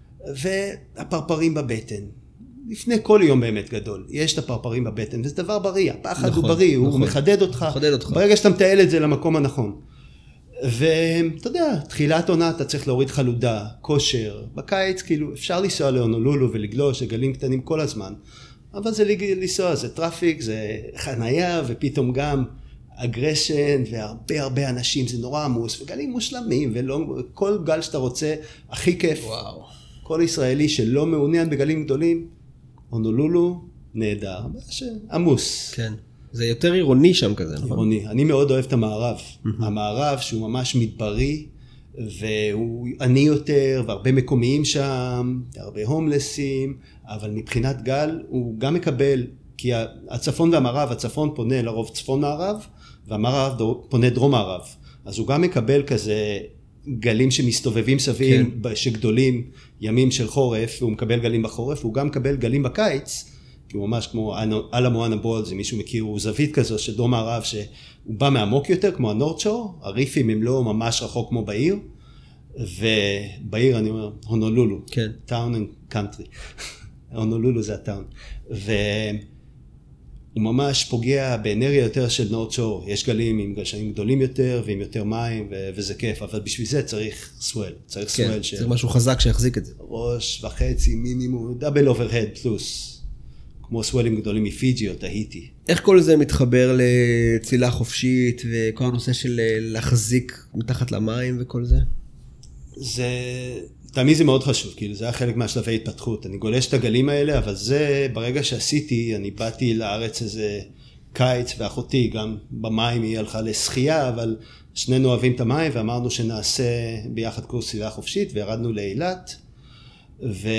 והפרפרים בבטן, לפני כל יום באמת גדול, יש את הפרפרים בבטן, וזה דבר בריא, הפחד נכון, הוא בריא, נכון. הוא מחדד אותך, מחדד אותך. ברגע שאתה מטייל את זה למקום הנכון. ואתה יודע, תחילת עונה אתה צריך להוריד חלודה, כושר, בקיץ כאילו אפשר לנסוע להונולולו ולגלוש, לגלים קטנים כל הזמן, אבל זה לנסוע, זה טראפיק, זה חנייה ופתאום גם אגרשן והרבה הרבה אנשים, זה נורא עמוס, וגלים מושלמים, וכל גל שאתה רוצה, הכי כיף. וואו. כל ישראלי שלא מעוניין בגלים גדולים, הונולולו נהדר, עמוס. כן. זה יותר עירוני שם כזה, נכון? עירוני. אני מאוד אוהב את המערב. המערב שהוא ממש מדברי, והוא עני יותר, והרבה מקומיים שם, הרבה הומלסים, אבל מבחינת גל הוא גם מקבל, כי הצפון והמערב, הצפון פונה לרוב צפון מערב, והמערב פונה דרום מערב. אז הוא גם מקבל כזה גלים שמסתובבים סביב, כן. שגדולים, ימים של חורף, והוא מקבל גלים בחורף, והוא גם מקבל גלים בקיץ, כי הוא ממש כמו אללה מואנה בול, זה מישהו מכיר, הוא זווית כזו של דרום מערב, שהוא בא מעמוק יותר, כמו הנורד שור, הריפים הם לא ממש רחוק כמו בעיר, ובעיר אני אומר, הונולולו, כן. טאון אנד קאנטרי, הונולולו זה הטאון, והוא ממש פוגע באנרגיה יותר של נורד שור, יש גלים עם גלשנים גדולים יותר, ועם יותר מים, ו- וזה כיף, אבל בשביל זה צריך סואל, צריך כן, סואל, צריך משהו חזק שיחזיק את זה. ראש וחצי מינימום, דאבל אוברהד פלוס, כמו סואלים גדולים מפיג'י או תהיטי. איך כל זה מתחבר לצלילה חופשית וכל הנושא של להחזיק מתחת למים וכל זה? זה, תמיד זה מאוד חשוב, כאילו זה היה חלק מהשלבי התפתחות. אני גולש את הגלים האלה, אבל זה ברגע שעשיתי, אני באתי לארץ איזה קיץ, ואחותי גם במים היא הלכה לשחייה, אבל שנינו אוהבים את המים, ואמרנו שנעשה ביחד קורס צלילה חופשית, וירדנו לאילת, ו...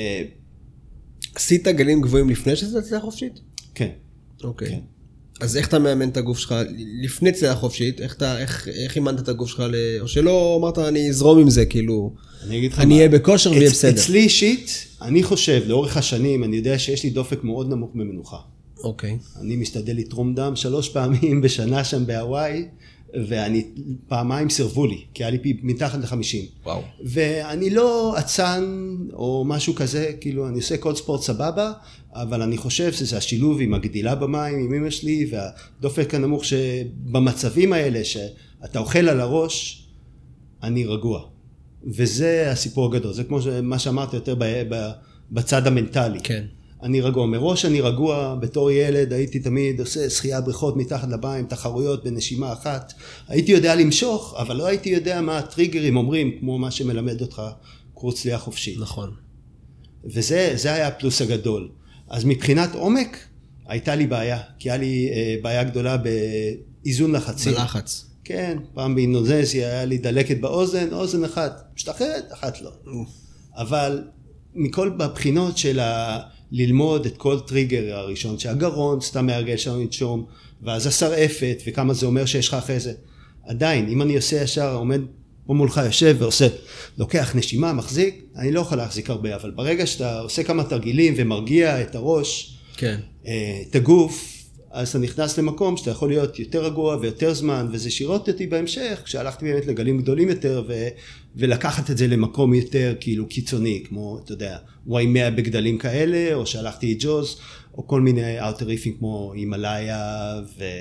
עשית גלים גבוהים לפני שזה צלילה חופשית? כן. אוקיי. כן. אז איך אתה מאמן את הגוף שלך לפני צלילה חופשית? איך אתה, איך, איך אימנת את הגוף שלך ל... או שלא אמרת, אני אזרום עם זה, כאילו... אני אגיד לך אני אהיה בכושר ויהיה בסדר. אצלי אישית, אני חושב, לאורך השנים, אני יודע שיש לי דופק מאוד נמוך במנוחה. אוקיי. אני משתדל לתרום דם שלוש פעמים בשנה שם בהוואי, ואני פעמיים סירבו לי, כי היה לי מתחת לחמישים. וואו. ואני לא עצן או משהו כזה, כאילו אני עושה כל ספורט סבבה, אבל אני חושב שזה השילוב עם הגדילה במים, עם אמא שלי, והדופק הנמוך שבמצבים האלה, שאתה אוכל על הראש, אני רגוע. וזה הסיפור הגדול, זה כמו מה שאמרתי יותר בצד המנטלי. כן. אני רגוע, מראש אני רגוע, בתור ילד הייתי תמיד עושה שחייה בריכות מתחת למים, תחרויות בנשימה אחת, הייתי יודע למשוך, אבל לא הייתי יודע מה הטריגרים אומרים, כמו מה שמלמד אותך קורס צלילה חופשית. נכון. וזה זה היה הפלוס הגדול. אז מבחינת עומק, הייתה לי בעיה, כי היה לי אה, בעיה גדולה באיזון לחצים. בלחץ. כן, פעם באינדונזיה היה לי דלקת באוזן, אוזן אחת משתחררת, אחת לא. אבל מכל הבחינות של ה... ללמוד את כל טריגר הראשון, שהגרון סתם מהרגש שלנו לנשום, ואז השרעפת, וכמה זה אומר שיש לך אחרי זה. עדיין, אם אני עושה ישר, עומד פה מולך יושב ועושה, לוקח נשימה, מחזיק, אני לא יכול להחזיק הרבה, אבל ברגע שאתה עושה כמה תרגילים ומרגיע את הראש, כן. את הגוף, אז אתה נכנס למקום שאתה יכול להיות יותר רגוע ויותר זמן, וזה שירות אותי בהמשך, כשהלכתי באמת לגלים גדולים יותר, ו... ולקחת את זה למקום יותר כאילו קיצוני, כמו, אתה יודע, וואי מאה בגדלים כאלה, או שהלכתי ג'וז, או כל מיני אאוטר ריפים כמו הימלאיה,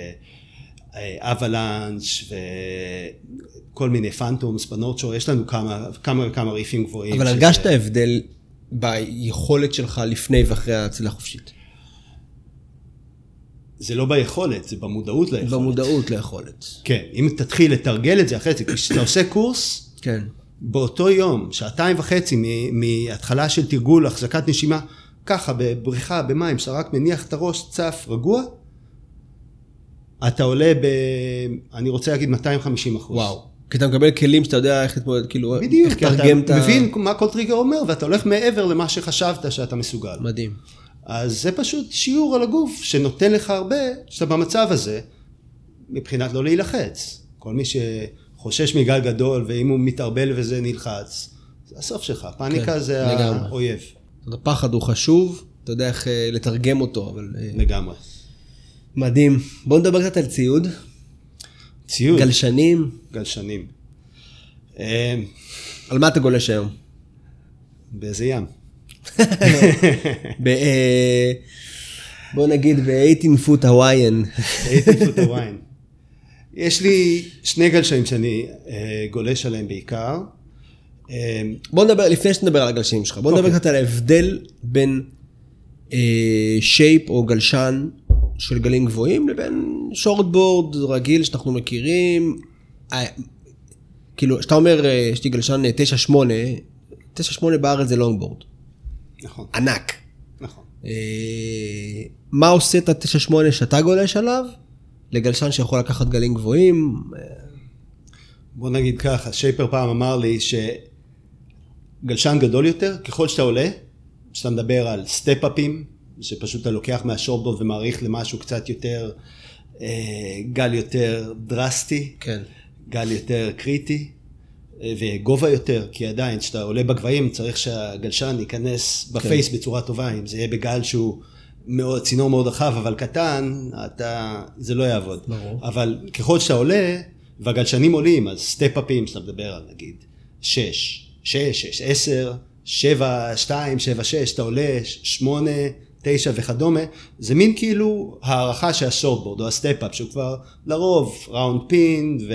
ואבלנץ' וכל מיני פנטומס בנורדשור, יש לנו כמה, כמה וכמה ריפים גבוהים. אבל הרגשת הבדל ביכולת שלך לפני ואחרי הצלילה חופשית? זה לא ביכולת, זה במודעות ליכולת. במודעות ליכולת. כן, אם תתחיל לתרגל את זה אחרי זה, כשאתה עושה קורס, כן. באותו יום, שעתיים וחצי מהתחלה של תרגול, החזקת נשימה, ככה בבריכה, במים, שאתה רק מניח את הראש, צף, רגוע, אתה עולה ב... אני רוצה להגיד מאתיים וחמישים אחוז. וואו. כי אתה מקבל כלים שאתה יודע איך להתמודד, כאילו, בדיוק, איך תרגם את ה... אתה מבין מה כל טריגר אומר, ואתה הולך מעבר למה שחשבת שאתה מסוגל. מדהים. אז זה פשוט שיעור על הגוף, שנותן לך הרבה, שאתה במצב הזה, מבחינת לא להילחץ. כל מי שחושש מגל גדול, ואם הוא מתערבל וזה נלחץ, זה הסוף שלך. פאניקה כן, זה לגמרי. האויב. הפחד הוא חשוב, אתה יודע איך לתרגם אותו, אבל... לגמרי. מדהים. בוא נדבר קצת על ציוד. ציוד? גלשנים. גלשנים. על מה אתה גולש היום? באיזה ים. בוא נגיד ב-שמונה עשרה פוט הוויין. שמונה עשרה פוט הוויין. יש לי שני גלשנים שאני אה, גולש עליהם בעיקר. אה, בוא נדבר, לפני שנדבר על הגלשנים שלך, בוא נדבר אוקיי. קצת על ההבדל בין אה, שייפ או גלשן של גלים גבוהים לבין שורטבורד רגיל שאנחנו מכירים. אה, כאילו, שאתה אומר, אה, יש לי גלשן תשע שמונה, תשע שמונה בארץ זה לונגבורד. נכון. ענק. נכון. אה, מה עושה את ה-תשע שמונה שאתה גולש עליו? לגלשן שיכול לקחת גלים גבוהים? בוא נגיד ככה, שייפר פעם אמר לי שגלשן גדול יותר, ככל שאתה עולה, שאתה מדבר על סטפ-אפים, שפשוט אתה לוקח מהשורטבורד ומעריך למשהו קצת יותר, אה, גל יותר דרסטי, כן. גל יותר קריטי, אה, וגובה יותר, כי עדיין, כשאתה עולה בגבהים, צריך שהגלשן ייכנס בפייס כן. בצורה טובה, אם זה יהיה בגל שהוא מאוד, צינור מאוד רחב, אבל קטן, אתה, זה לא יעבוד. ברור. אבל ככל שאתה עולה, והגלשנים עולים, אז סטפ-אפים, שאתה מדבר על נגיד, שש, שש, שש, עשר, שבע, שתיים, שבע, שש, אתה עולה, שמונה, תשע וכדומה, זה מין כאילו הערכה של השורטבורד, או הסטפ-אפ, שהוא כבר לרוב ראונד פין, ו...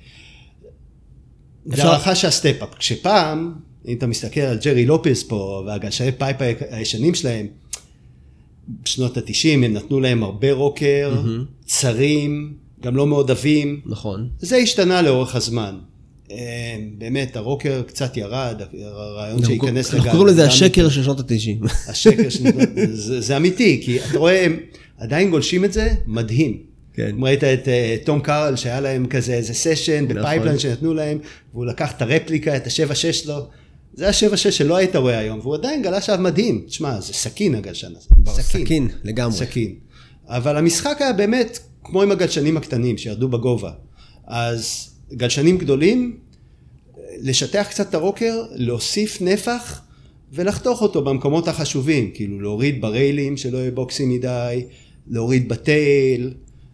זה הערכה של הסטפ-אפ. כשפעם, אם אתה מסתכל על ג'רי לופס פה, והגלשני פייפ הישנים שלהם, בשנות ה-תשעים הם נתנו להם הרבה רוקר, mm-hmm. צרים, גם לא מאוד עבים. נכון. זה השתנה לאורך הזמן. באמת, הרוקר קצת ירד, הרעיון שייכנס לגל. אנחנו קוראים לזה השקר של שנות ה-תשעים. השקר של שנות ה-תשעים. זה אמיתי, כי אתה רואה, הם עדיין גולשים את זה, מדהים. כן. ראית את תום קארל, שהיה להם כזה איזה סשן בפייפליין שנתנו להם, והוא לקח את הרפליקה, את ה-שבע שש שלו. זה ה-שבע שש שלא היית רואה היום, והוא עדיין גלש עליו מדהים. תשמע, זה סכין הגלשן הזה. סכין. סכין, לגמרי. סכין. אבל המשחק היה באמת כמו עם הגלשנים הקטנים שירדו בגובה. אז גלשנים גדולים, לשטח קצת את הרוקר, להוסיף נפח ולחתוך אותו במקומות החשובים. כאילו להוריד בריילים שלא יהיה בוקסים מדי, להוריד בטייל.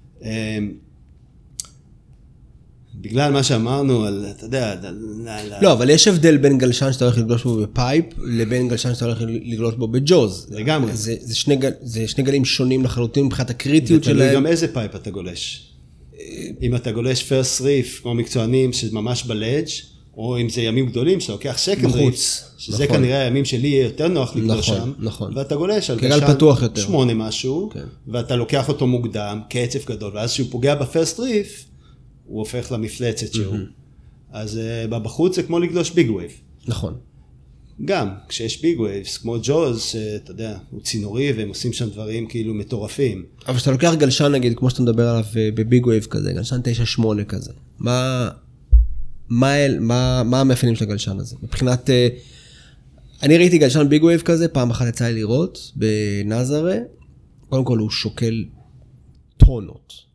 בגלל מה שאמרנו על, אתה יודע, לא, אבל יש הבדל בין גלשן שאתה הולך לגלוש בו בפייפ, לבין גלשן שאתה הולך לגלוש בו בג'וז. לגמרי. זה, זה, שני, זה שני גלים שונים לחלוטין מבחינת הקריטיות שלהם. ותלוי גם איזה פייפ אתה גולש. אם אתה גולש פרסט ריף, כמו מקצוענים, שזה ממש בלדג', או אם זה ימים גדולים, שאתה לוקח סקנד ריף, שזה נכון. כנראה הימים שלי יהיה יותר נוח לגלוש נכון, שם, נכון. ואתה גולש על גלשן פתוח יותר. שמונה משהו, כן. ואתה לוקח אותו מוקדם, קצב גדול, ואז שהוא פוגע בפרסט ריף, הוא הופך למפלצת שהוא. Mm-hmm. אז uh, בחוץ זה כמו לגלוש ביג ווייב. נכון. גם, כשיש ביג ווייבס, כמו ג'וז, אתה יודע, הוא צינורי, והם עושים שם דברים כאילו מטורפים. אבל שאתה לוקח גלשן, נגיד, כמו שאתה מדבר עליו בביג ווייב כזה, גלשן תשע שמונה כזה, מה, מה, מה, מה המאפיינים של הגלשן הזה? מבחינת, אני ראיתי גלשן ביג ווייב כזה, פעם אחת יצא לי לראות, בנזרה, קודם כל הוא שוקל טונות.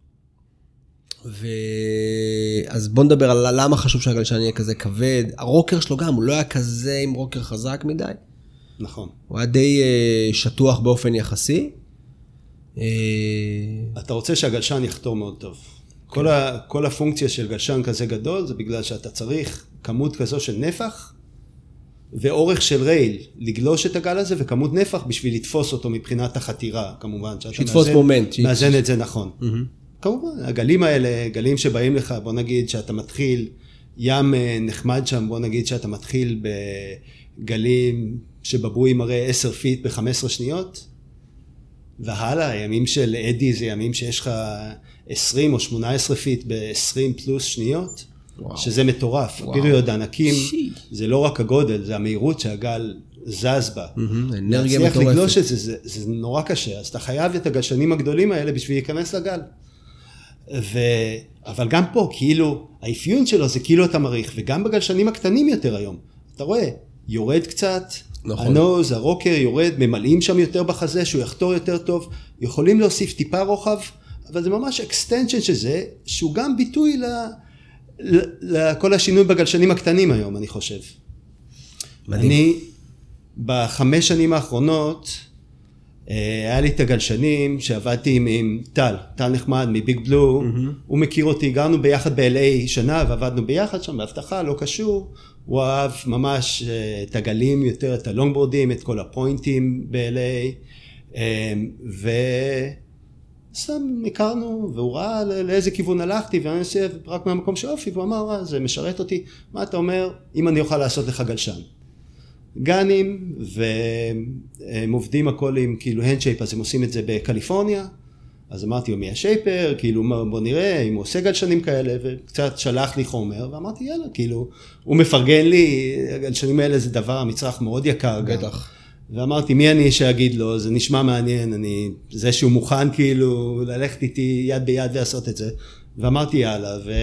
ואז בוא נדבר על למה חשוב שהגלשן יהיה כזה כבד. הרוקר שלו גם, הוא לא היה כזה עם רוקר חזק מדי. נכון. הוא היה די שטוח באופן יחסי. אתה רוצה שהגלשן יחתור מאוד טוב. כל, ה, כל הפונקציה של גלשן כזה גדול, זה בגלל שאתה צריך כמות כזו של נפח, ואורך של רייל, לגלוש את הגל הזה, וכמות נפח בשביל לתפוס אותו מבחינת החתירה, כמובן. שתפוס מומנט. מאזן את זה נכון. כמובן, הגלים האלה, גלים שבאים לך, בוא נגיד שאתה מתחיל, ים נחמד שם, בוא נגיד שאתה מתחיל בגלים שבבוי מראה עשר פיט ב-חמש עשרה שניות, והלאה, הימים של אדי זה ימים שיש לך עשרים או שמונה עשרה פיט ב-עשרים פלוס שניות, וואו. שזה מטורף. פיריוד הענקים, זה לא רק הגודל, זה המהירות שהגל זז בה. Mm-hmm, אנרגיה מטורפת. להצליח לגלוש את זה, זה, זה נורא קשה, אז אתה חייב את הגלשנים הגדולים האלה בשביל להיכנס לגל. ו... אבל גם פה, כאילו, האפיון שלו זה כאילו אתה מריח, וגם בגלשנים הקטנים יותר היום. אתה רואה, יורד קצת, נכון. הנוז, הרוקר יורד, ממלאים שם יותר בחזה, שהוא יחתור יותר טוב, יכולים להוסיף טיפה רוחב, אבל זה ממש אקסטנשן של זה, שהוא גם ביטוי ל... לכל השינוי בגלשנים הקטנים היום, אני חושב. מדהים. אני, בחמש שנים האחרונות, היה לי את הגלשנים שעבדתי עם, עם טל, טל נחמד מביג בלו, mm-hmm. הוא מכיר אותי, גרנו ביחד ב-אל איי שנה ועבדנו ביחד שם בהבטחה, לא קשור, הוא אהב ממש את הגלים יותר, את הלונגבורדים, את כל הפוינטים ב-אל איי, סתם הכרנו, והוא ראה לאיזה כיוון הלכתי, ואני יושב רק מהמקום שאופי, והוא אמר, זה משרת אותי, מה אתה אומר, אם אני אוכל לעשות לך גלשן? גנים, והם עובדים הכל עם כאילו הנדשייפ, אז הם עושים את זה בקליפורניה, אז אמרתי, מי השייפר, כאילו בוא נראה, אם הוא עושה גלשנים כאלה, וקצת שלח לי חומר, ואמרתי, יאללה, כאילו, הוא מפרגן לי, הגלשנים האלה זה דבר, מצרך מאוד יקר גם. בטח. ואמרתי, מי אני שאגיד לו, זה נשמע מעניין, אני, זה שהוא מוכן כאילו ללכת איתי יד ביד לעשות את זה, ואמרתי יאללה, ו...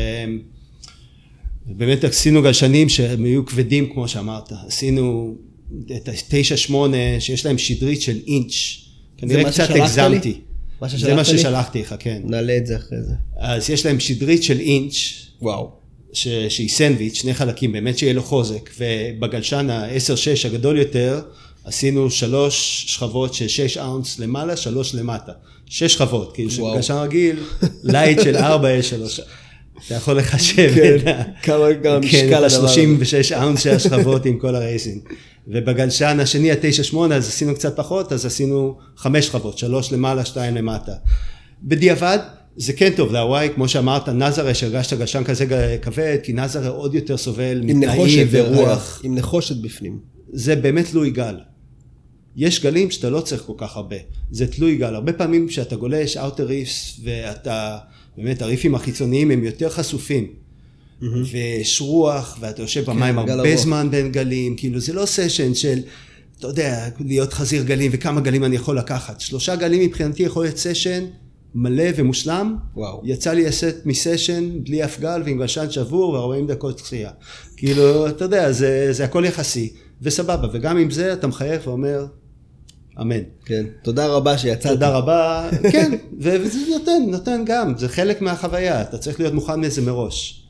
ובאמת עשינו גלשנים שהם היו כבדים כמו שאמרת, עשינו את ה-תשע שמונה שיש להם שדרית של אינץ', כנראה קצת הגזמתי, זה מה ששלחתי לך, כן. נעלה את זה אחרי זה. אז יש להם שדרית של אינץ', וואו. ש... שהיא סנדוויץ', שני חלקים, באמת שיהיה לו חוזק, ובגלשן ה-עשר שש הגדול יותר, עשינו שלוש שכבות של שש אאונס למעלה, שלוש למטה. שש שכבות, כאילו שבגלשן רגיל, לייט של ארבע יש שלוש. אתה יכול לחשב את ה... כמה משקל הדבר. שלושים ושש אאונס של השכבות עם כל הרייסינג. ובגלשן השני, ה-תשע שמונה, אז עשינו קצת פחות, אז עשינו חמש שכבות, שלוש למעלה, שתיים למטה. בדיעבד, זה כן טוב, להוואי, כמו שאמרת, נזרה, שהרגשת גלשן כזה כבד, כי נזרה עוד יותר סובל מתנאים ורוח. עם נחושת בפנים. זה באמת תלוי גל. יש גלים שאתה לא צריך כל כך הרבה. זה תלוי גל. הרבה פעמים כשאתה גולש אאוטר ריפס, ואתה, באמת, הריפים החיצוניים הם יותר חשופים. Mm-hmm. ויש רוח, ואתה יושב כן, במים הרבה הרוח. זמן בין גלים. כאילו, זה לא סשן של, אתה יודע, להיות חזיר גלים, וכמה גלים אני יכול לקחת. שלושה גלים מבחינתי יכול להיות סשן מלא ומושלם. וואו. יצא לי לסט מסשן בלי אף גל, ועם גלשן שבור, ו-ארבעים דקות צחייה. כאילו, אתה יודע, זה, זה הכל יחסי. וסבבה, וגם עם זה אתה מחייך ואומר, אמן. כן, תודה רבה שיצאת. תודה רבה, כן, וזה נותן, נותן גם, זה חלק מהחוויה, אתה צריך להיות מוכן לזה מראש.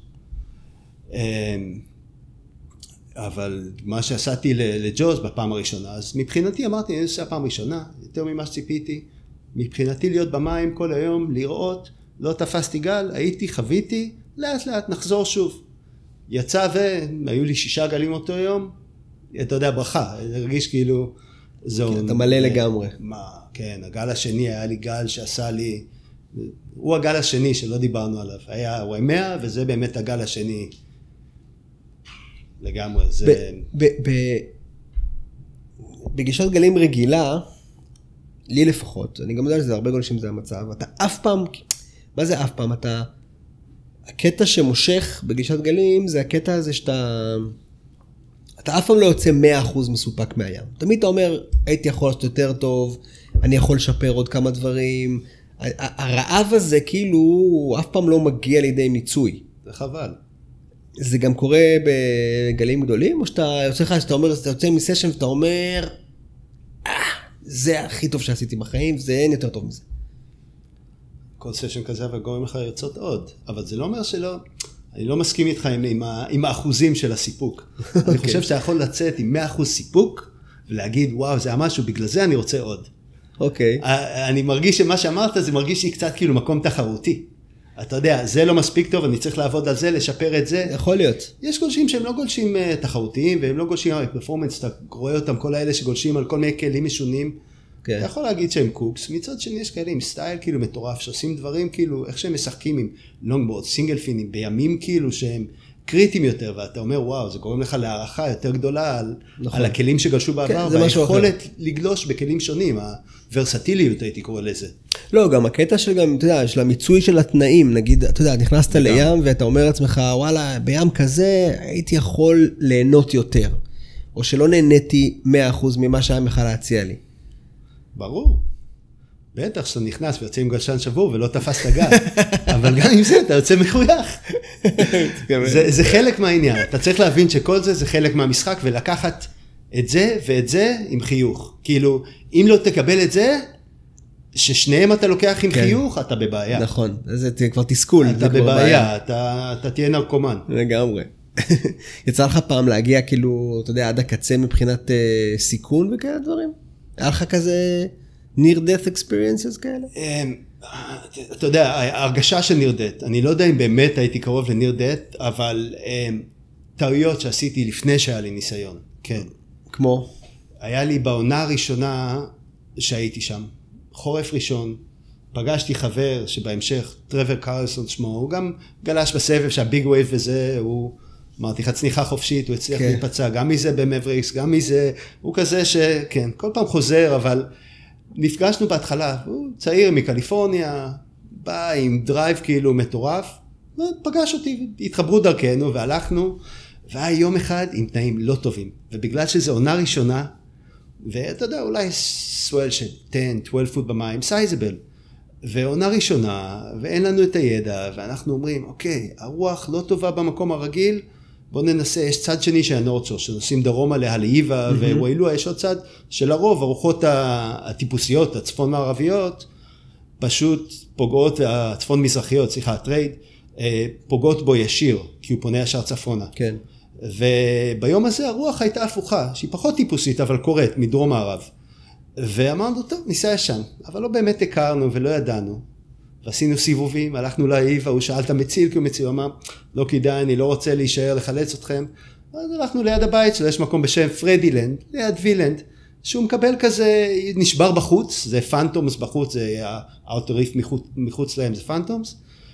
אבל מה שעשיתי לג'וז בפעם הראשונה, אז מבחינתי אמרתי, אני עושה הפעם הראשונה, יותר ממה שציפיתי, מבחינתי להיות במים כל היום, לראות, לא תפסתי גל, הייתי, חוויתי, לאט לאט נחזור שוב. יצא והיו לי שישה גלים אותו יום, אתה יודע, ברכה, הרגיש כאילו, זהו. כן, אתה מלא לגמרי. מה, כן, הגל השני היה לי גל שעשה לי, הוא הגל השני שלא דיברנו עליו, היה וואי מאה, וזה באמת הגל השני לגמרי. זה... ב- ב- ב- בגישת גלים רגילה, לי לפחות, אני גם יודע שזה הרבה גולשים זה המצב, אתה אף פעם, מה זה אף פעם? אתה, הקטע שמושך בגישת גלים, זה הקטע הזה שאתה, אתה אף פעם לא יוצא מאה אחוז מסופק מהים. תמיד אתה אומר, הייתי יכול לעשות יותר טוב, אני יכול לשפר עוד כמה דברים. הרעב הזה כאילו אף פעם לא מגיע לידי מיצוי. זה חבל. זה גם קורה בגלים גדולים, או שאתה יוצא לך, שאתה אומר, אתה יוצא מסשן ואתה אומר, אה, זה הכי טוב שעשיתי בחיים, זה אין יותר טוב מזה. כל סשן כזה אבל גורם לך לרצות עוד, אבל זה לא אומר שלא, אני לא מסכים איתך עם, עם, עם האחוזים של הסיפוק. Okay. אני חושב שאתה יכול לצאת עם מאה אחוז סיפוק, ולהגיד וואו זה היה משהו, בגלל זה אני רוצה עוד. אוקיי. Okay. אני מרגיש שמה שאמרת זה מרגיש לי קצת כאילו מקום תחרותי. אתה יודע, זה לא מספיק טוב, אני צריך לעבוד על זה, לשפר את זה. יכול להיות. יש גולשים שהם לא גולשים תחרותיים, והם לא גולשים על פרפורמנס, אתה רואה אותם, כל האלה שגולשים על כל מיני כלים משונים. כן. אתה יכול להגיד שהם קוקס, מצד שני יש כאלה עם סטייל כאילו מטורף, שעושים דברים כאילו, איך שהם משחקים עם לונגבורד, סינגל פינים, בימים כאילו שהם קריטיים יותר, ואתה אומר וואו, זה גורם לך להערכה יותר גדולה על, נכון. על הכלים שגלשו בעבר, כן, והיכולת לגלוש בכלים שונים, הוורסטיליות הייתי קורא לזה. לא, גם הקטע של גם, אתה יודע, של המיצוי של התנאים, נגיד, אתה יודע, נכנסת לים ואתה אומר לעצמך, וואלה, בים כזה הייתי יכול ליהנות יותר, או שלא נהניתי מאה אחוז ממה שהיה לך להציע לי. ברור. בטח שאתה נכנס ויוצא עם גלשן שבור ולא תפס את הגל, אבל גם עם זה אתה יוצא מחוייך. זה, זה חלק מהעניין, אתה צריך להבין שכל זה זה חלק מהמשחק, ולקחת את זה ואת זה עם חיוך. כאילו, אם לא תקבל את זה, ששניהם אתה לוקח עם כן. חיוך, אתה בבעיה. נכון, זה כבר תסכול. אתה בבעיה, אתה, אתה תהיה נרקומן. לגמרי. יצא לך פעם להגיע כאילו, אתה יודע, עד הקצה מבחינת uh, סיכון וכאלה דברים? היה לך כזה near death experiences כאלה? אתה יודע, ההרגשה של near death, אני לא יודע אם באמת הייתי קרוב ל-near death, אבל טעויות שעשיתי לפני שהיה לי ניסיון, כן. כמו? היה לי בעונה הראשונה שהייתי שם, חורף ראשון, פגשתי חבר שבהמשך, טרוור קרלסון שמו, הוא גם גלש בסבב שהביג ווייב וזה, הוא, אמרתי לך, צניחה חופשית, הוא הצליח כן. להיפצע, גם מזה במבריקס, גם מזה, הוא כזה שכן, כל פעם חוזר, אבל נפגשנו בהתחלה, הוא צעיר מקליפורניה, בא עם דרייב כאילו מטורף, פגש אותי, התחברו דרכנו והלכנו, והיה יום אחד עם תנאים לא טובים, ובגלל שזו עונה ראשונה, ואתה יודע, אולי סואל של עשר, שתים עשרה פוט במים, סייזבל, ועונה ראשונה, ואין לנו את הידע, ואנחנו אומרים, אוקיי, הרוח לא טובה במקום הרגיל, בואו ננסה, יש צד שני של הנורצ'ו, שנוסעים דרומה להלאיבה, mm-hmm. ווילוע, יש עוד צד שלרוב, הרוחות הטיפוסיות, הצפון מערביות, פשוט פוגעות, הצפון מזרחיות, סליחה, הטרייד, פוגעות בו ישיר, כי הוא פונה ישר צפונה. כן. וביום הזה הרוח הייתה הפוכה, שהיא פחות טיפוסית, אבל קורית, מדרום מערב. ואמרנו, טוב, ניסה ישן, אבל לא באמת הכרנו ולא ידענו. ועשינו סיבובים, הלכנו לאיבה, הוא שאל את המציל, כי הוא מציל, הוא אמר, לא כדאי, אני לא רוצה להישאר לחלץ אתכם. אז הלכנו ליד הבית שלו, יש מקום בשם פרדילנד, ליד וילנד, שהוא מקבל כזה, נשבר בחוץ, זה פנטומס בחוץ, זה האוטוריף מחוץ, מחוץ להם, זה פנטומס.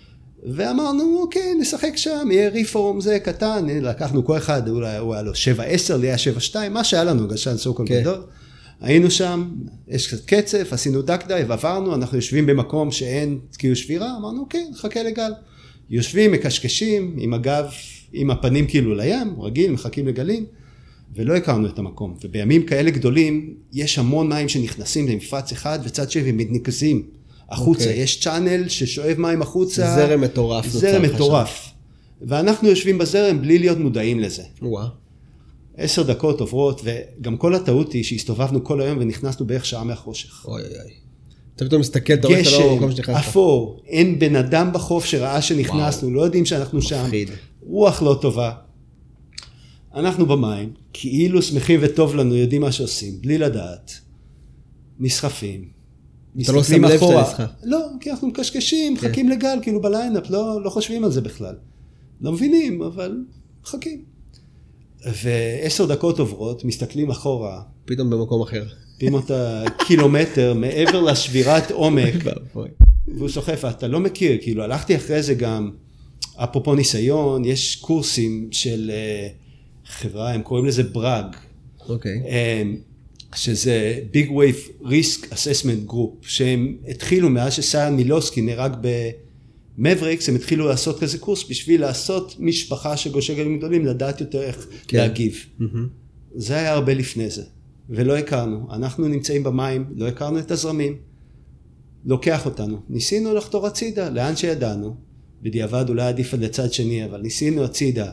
ואמרנו, אוקיי, נשחק שם, יהיה ריפורם, זה קטן, לקחנו כל אחד, אולי הוא היה לו שבע עשר, לי היה שבע שתיים, מה שהיה לנו, גשן סוקון גדול. היינו שם, יש קצת קצף, עשינו דק דייב, עברנו, אנחנו יושבים במקום שאין כאילו שבירה, אמרנו, אוקיי, נחכה לגל. יושבים, מקשקשים, עם הגב, עם הפנים כאילו לים, רגיל, מחכים לגלים, ולא הכרנו את המקום. ובימים כאלה גדולים, יש המון מים שנכנסים למפרץ אחד, וצד שני מתנקזים החוצה. Okay. יש צ'אנל ששואב מים החוצה. זרם מטורף. זרם מטורף. ואנחנו יושבים בזרם בלי להיות מודעים לזה. וואו. עשר דקות עוברות, וגם כל הטעות היא שהסתובבנו כל היום ונכנסנו בערך שעה מהחושך. אוי אוי אוי. אתה פתאום מסתכל, אתה רואה שאתה לא במקום שנכנסת. גשם, אפור, אין בן אדם בחוף שראה שנכנסנו, וואו. לא יודעים שאנחנו שם. מפחיד. רוח לא טובה. אנחנו במים, כאילו שמחים וטוב לנו, יודעים מה שעושים, בלי לדעת. נסחפים. אתה לא שם לב שאתה נסחף. לא, כי אנחנו מקשקשים, כן. מחכים לגל, כאילו בליינאפ, לא, לא חושבים על זה בכלל. לא מבינים, אבל מחכים. ועשר דקות עוברות, מסתכלים אחורה. פתאום במקום אחר. פתאום אתה קילומטר מעבר לשבירת עומק. והוא סוחף, אתה לא מכיר, כאילו הלכתי אחרי זה גם, אפרופו ניסיון, יש קורסים של חברה, הם קוראים לזה ברג. אוקיי. שזה Big Wave Risk Assessment Group, שהם התחילו מאז שסיין מילוסקי נהרג במבריקס, הם התחילו לעשות כזה קורס בשביל לעשות משפחה שגושי גלים גדולים, לדעת יותר איך כן. להגיב. Mm-hmm. זה היה הרבה לפני זה, ולא הכרנו. אנחנו נמצאים במים, לא הכרנו את הזרמים, לוקח אותנו. ניסינו לחתור הצידה, לאן שידענו, בדיעבד אולי עדיף עד לצד שני, אבל ניסינו הצידה.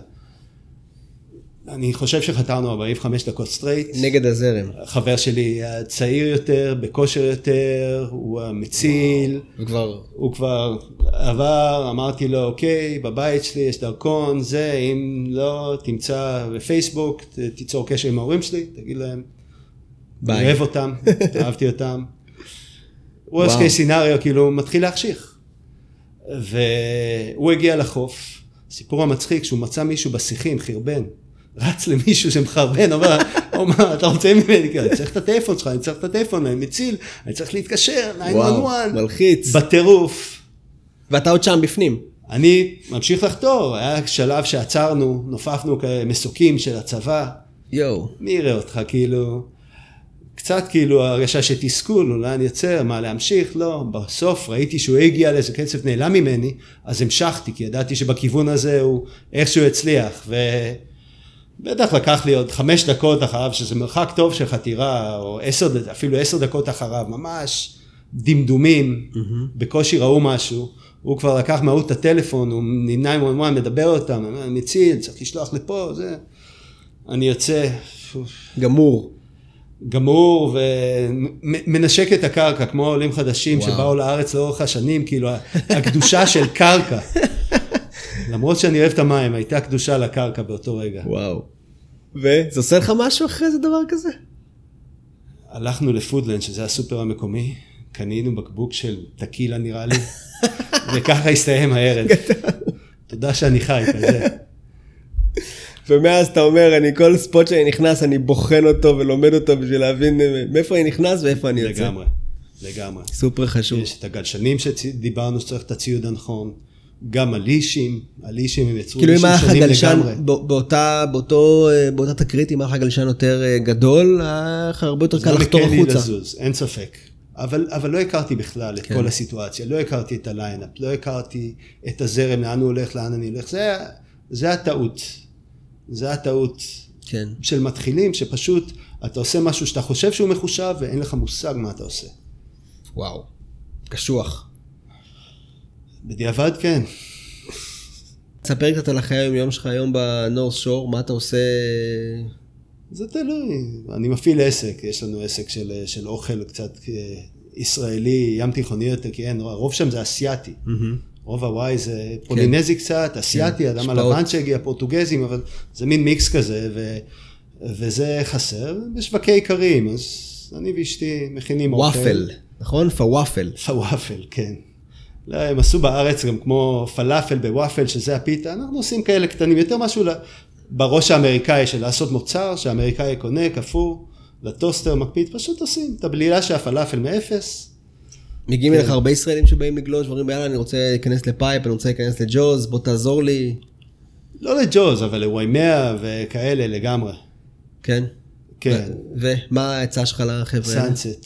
אני חושב שחתרנו ארבעים וחמש דקות סטרייט. נגד הזרם. חבר שלי צעיר יותר, בכושר יותר, הוא המציל. הוא כבר... הוא כבר עבר, אמרתי לו, אוקיי, בבית שלי יש דרכון, זה, אם לא, תמצא בפייסבוק, תיצור קשר עם ההורים שלי, תגיד להם, אני אוהב אותם, אהבתי אותם. הוא עסקי סינריו, כאילו, הוא מתחיל להחשיך. והוא הגיע לחוף, סיפור המצחיק, שהוא מצא מישהו בשיחים, חרבן. רץ למישהו שמחרבן, אומר, אומר, אתה רוצה ממני, אני צריך את הטלפון שלך, אני צריך את הטלפון, אני מציל, אני צריך להתקשר, תשע אחת אחת. מלחיץ. בטירוף. ואתה עוד שם בפנים. אני ממשיך לחתור, היה שלב שעצרנו, נופפנו כמסוקים של הצבא. יו. מי יראה אותך, כאילו, קצת כאילו הרגשה שתסכול, אולי אני יוצר, מה להמשיך, לא, בסוף ראיתי שהוא הגיע לאיזה קצב נעלם ממני, אז המשכתי, כי ידעתי שבכיוון הזה הוא איכשהו הצליח, ו... בטח לקח לי עוד חמש דקות אחריו, שזה מרחק טוב של חתירה, או עשר, אפילו עשר דקות אחריו, ממש דמדומים, mm-hmm. בקושי ראו משהו, הוא כבר לקח מהות את הטלפון, הוא נמנע עם המון, מדבר אותם, אני מציל, צריך לשלוח לפה, זה, אני יוצא. גמור. גמור, ומנשק את הקרקע, כמו עולים חדשים וואו. שבאו לארץ לאורך השנים, כאילו, הקדושה של קרקע. למרות שאני אוהב את המים, הייתה קדושה לקרקע באותו רגע. וואו. וזה עושה לך משהו אחרי זה דבר כזה? הלכנו לפודלנד, שזה הסופר המקומי, קנינו בקבוק של טקילה נראה לי, וככה הסתיים הערב. תודה שאני חי כזה. ומאז אתה אומר, אני כל ספוט שאני נכנס, אני בוחן אותו ולומד אותו בשביל להבין מאיפה אני נכנס ואיפה אני יוצא. לגמרי. לגמרי. סופר חשוב. יש את הגלשנים שדיברנו שצריך את הציוד הנכון, גם הלישים, הלישים הם יצרו כאילו אם היה לך גלשן, לגמרי. באותה, באותו, באותה תקרית, אם היה לך גלשן יותר גדול, היה לך הרבה יותר קל לחתור החוצה. לזוז, אין ספק. אבל, אבל לא הכרתי בכלל את כן. כל הסיטואציה, לא הכרתי את הליינאפ, לא הכרתי את הזרם, לאן הוא הולך, לאן אני הולך, זה, זה הטעות. זה הטעות כן. של מתחילים, שפשוט אתה עושה משהו שאתה חושב שהוא מחושב, ואין לך מושג מה אתה עושה. וואו, קשוח. בדיעבד כן. תספר קצת על החיי היום שלך היום בנורס שור, מה אתה עושה? זה תלוי, אני מפעיל עסק, יש לנו עסק של, של אוכל קצת ישראלי, ים תיכוני יותר, כי אין, הרוב שם זה אסיאטי. Mm-hmm. רוב הוואי זה פולינזי כן. קצת, אסיאטי, כן. אדם הלבן שהגיע, פורטוגזים, אבל זה מין מיקס כזה, ו, וזה חסר, בשווקי עיקריים, אז אני ואשתי מכינים אוכל. וואפל, נכון? פוואפל. פוואפל, כן. לא, הם עשו בארץ גם כמו פלאפל בוואפל, שזה הפיתה, אנחנו עושים כאלה קטנים, יותר משהו בראש האמריקאי של לעשות מוצר, שהאמריקאי קונה, כפור, לטוסטר, מקפיד, פשוט עושים את הבלילה של הפלאפל מאפס. מגיעים אליך הרבה ישראלים שבאים לגלוש, ואומרים, יאללה, אני רוצה להיכנס לפייפ, אני רוצה להיכנס לג'וז, בוא תעזור לי. לא לג'וז, אבל לוויימאה וכאלה לגמרי. כן? כן. ומה העצה שלך לחבר'ה? סאנסט.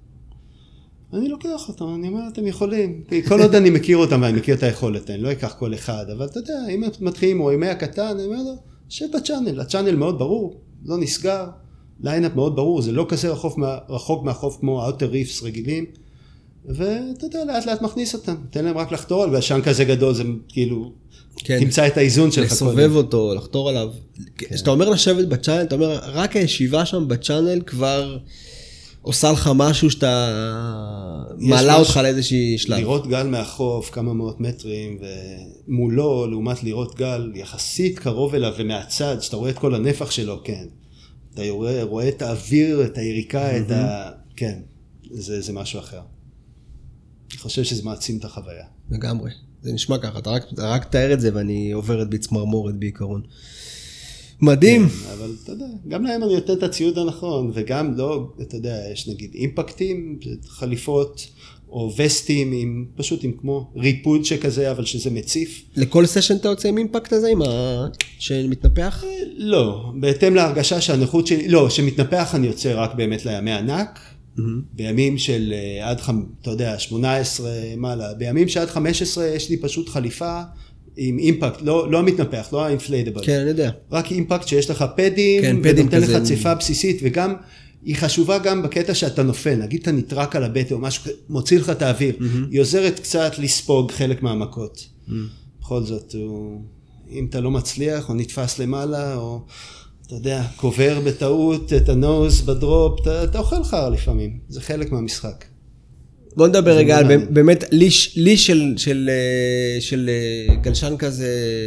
אני לוקח אותם, אני אומר, אתם יכולים. כל עוד אני מכיר אותם ואני מכיר את היכולת, אני לא אקח כל אחד, אבל אתה יודע, אם מתחילים וויימאה קטן, אני אומר לו, שב בצ'אנל, הצ'אנל מאוד ברור, לא נסגר, ליינאפ מאוד ברור, זה לא כזה רחוק, רחוק מהחוף כמו האוטר ריפס רגילים, ואתה יודע, לאט לאט מכניס אותם, תן להם רק לחתור על גלשן כזה גדול, זה כאילו, כן. תמצא את האיזון שלך. לסובב אותו, לחתור עליו. כשאתה אומר לשבת בצ'אנל, אתה אומר, רק הישיבה שם בצ'אנל כבר עושה לך משהו שאתה מעלה אותך לאיזושהי שלב. לראות גל מהחוף, כמה מאות מטרים, ומולו, לעומת לראות גל יחסית קרוב אליו ומהצד, שאתה רואה את כל הנפח שלו, כן. אתה רואה, רואה את האוויר, את היריקה, את ה... כן, זה, זה משהו אחר. אני חושב שזה מעצים את החוויה. לגמרי. זה נשמע ככה, אתה רק, אתה רק תאר את זה ואני עובר את בצמרמורת בעיקרון. מדהים. כן, אבל אתה יודע, גם להם אני נותן את הציוד הנכון, וגם לא, אתה יודע, יש נגיד אימפקטים, חליפות, או וסטים, עם, פשוט עם כמו ריפוד שכזה, אבל שזה מציף. לכל סשן אתה יוצא עם אימפקט הזה, עם ה... שמתנפח? לא, בהתאם להרגשה שהנוחות שלי, לא, שמתנפח אני יוצא רק באמת לימי ענק, mm-hmm. בימים של עד, אתה יודע, שמונה עשרה מעלה, בימים שעד חמש עשרה יש לי פשוט חליפה, עם אימפקט, לא, לא המתנפח, לא האינפליידבל. כן, אני יודע. רק אימפקט שיש לך פדים, כן, פדים ונותן לך ציפה בסיסית, וגם, היא חשובה גם בקטע שאתה נופל, נגיד אתה נטרק על הבטן, או משהו, מוציא לך את האוויר, mm-hmm. היא עוזרת קצת לספוג חלק מהמכות. Mm-hmm. בכל זאת, הוא, אם אתה לא מצליח, או נתפס למעלה, או, אתה יודע, קובר בטעות את הנוז בדרופ, אתה, אתה אוכל חר לפעמים, זה חלק מהמשחק. בוא נדבר רגע על באמת ליש, ליש של, של, של גלשן כזה,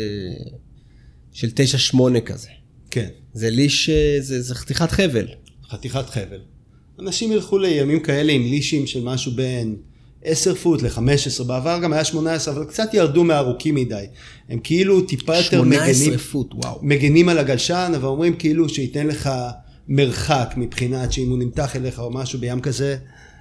של תשע שמונה כזה. כן. זה ליש, זה, זה חתיכת חבל. חתיכת חבל. אנשים ילכו לימים כאלה עם לישים של משהו בין עשר פוט ל-חמש עשרה, בעבר גם היה שמונה עשרה, אבל קצת ירדו מהארוכים מדי. הם כאילו טיפה יותר מגנים, פוט, וואו. מגנים על הגלשן, אבל אומרים כאילו שייתן לך מרחק מבחינת שאם הוא נמתח אליך או משהו בים כזה,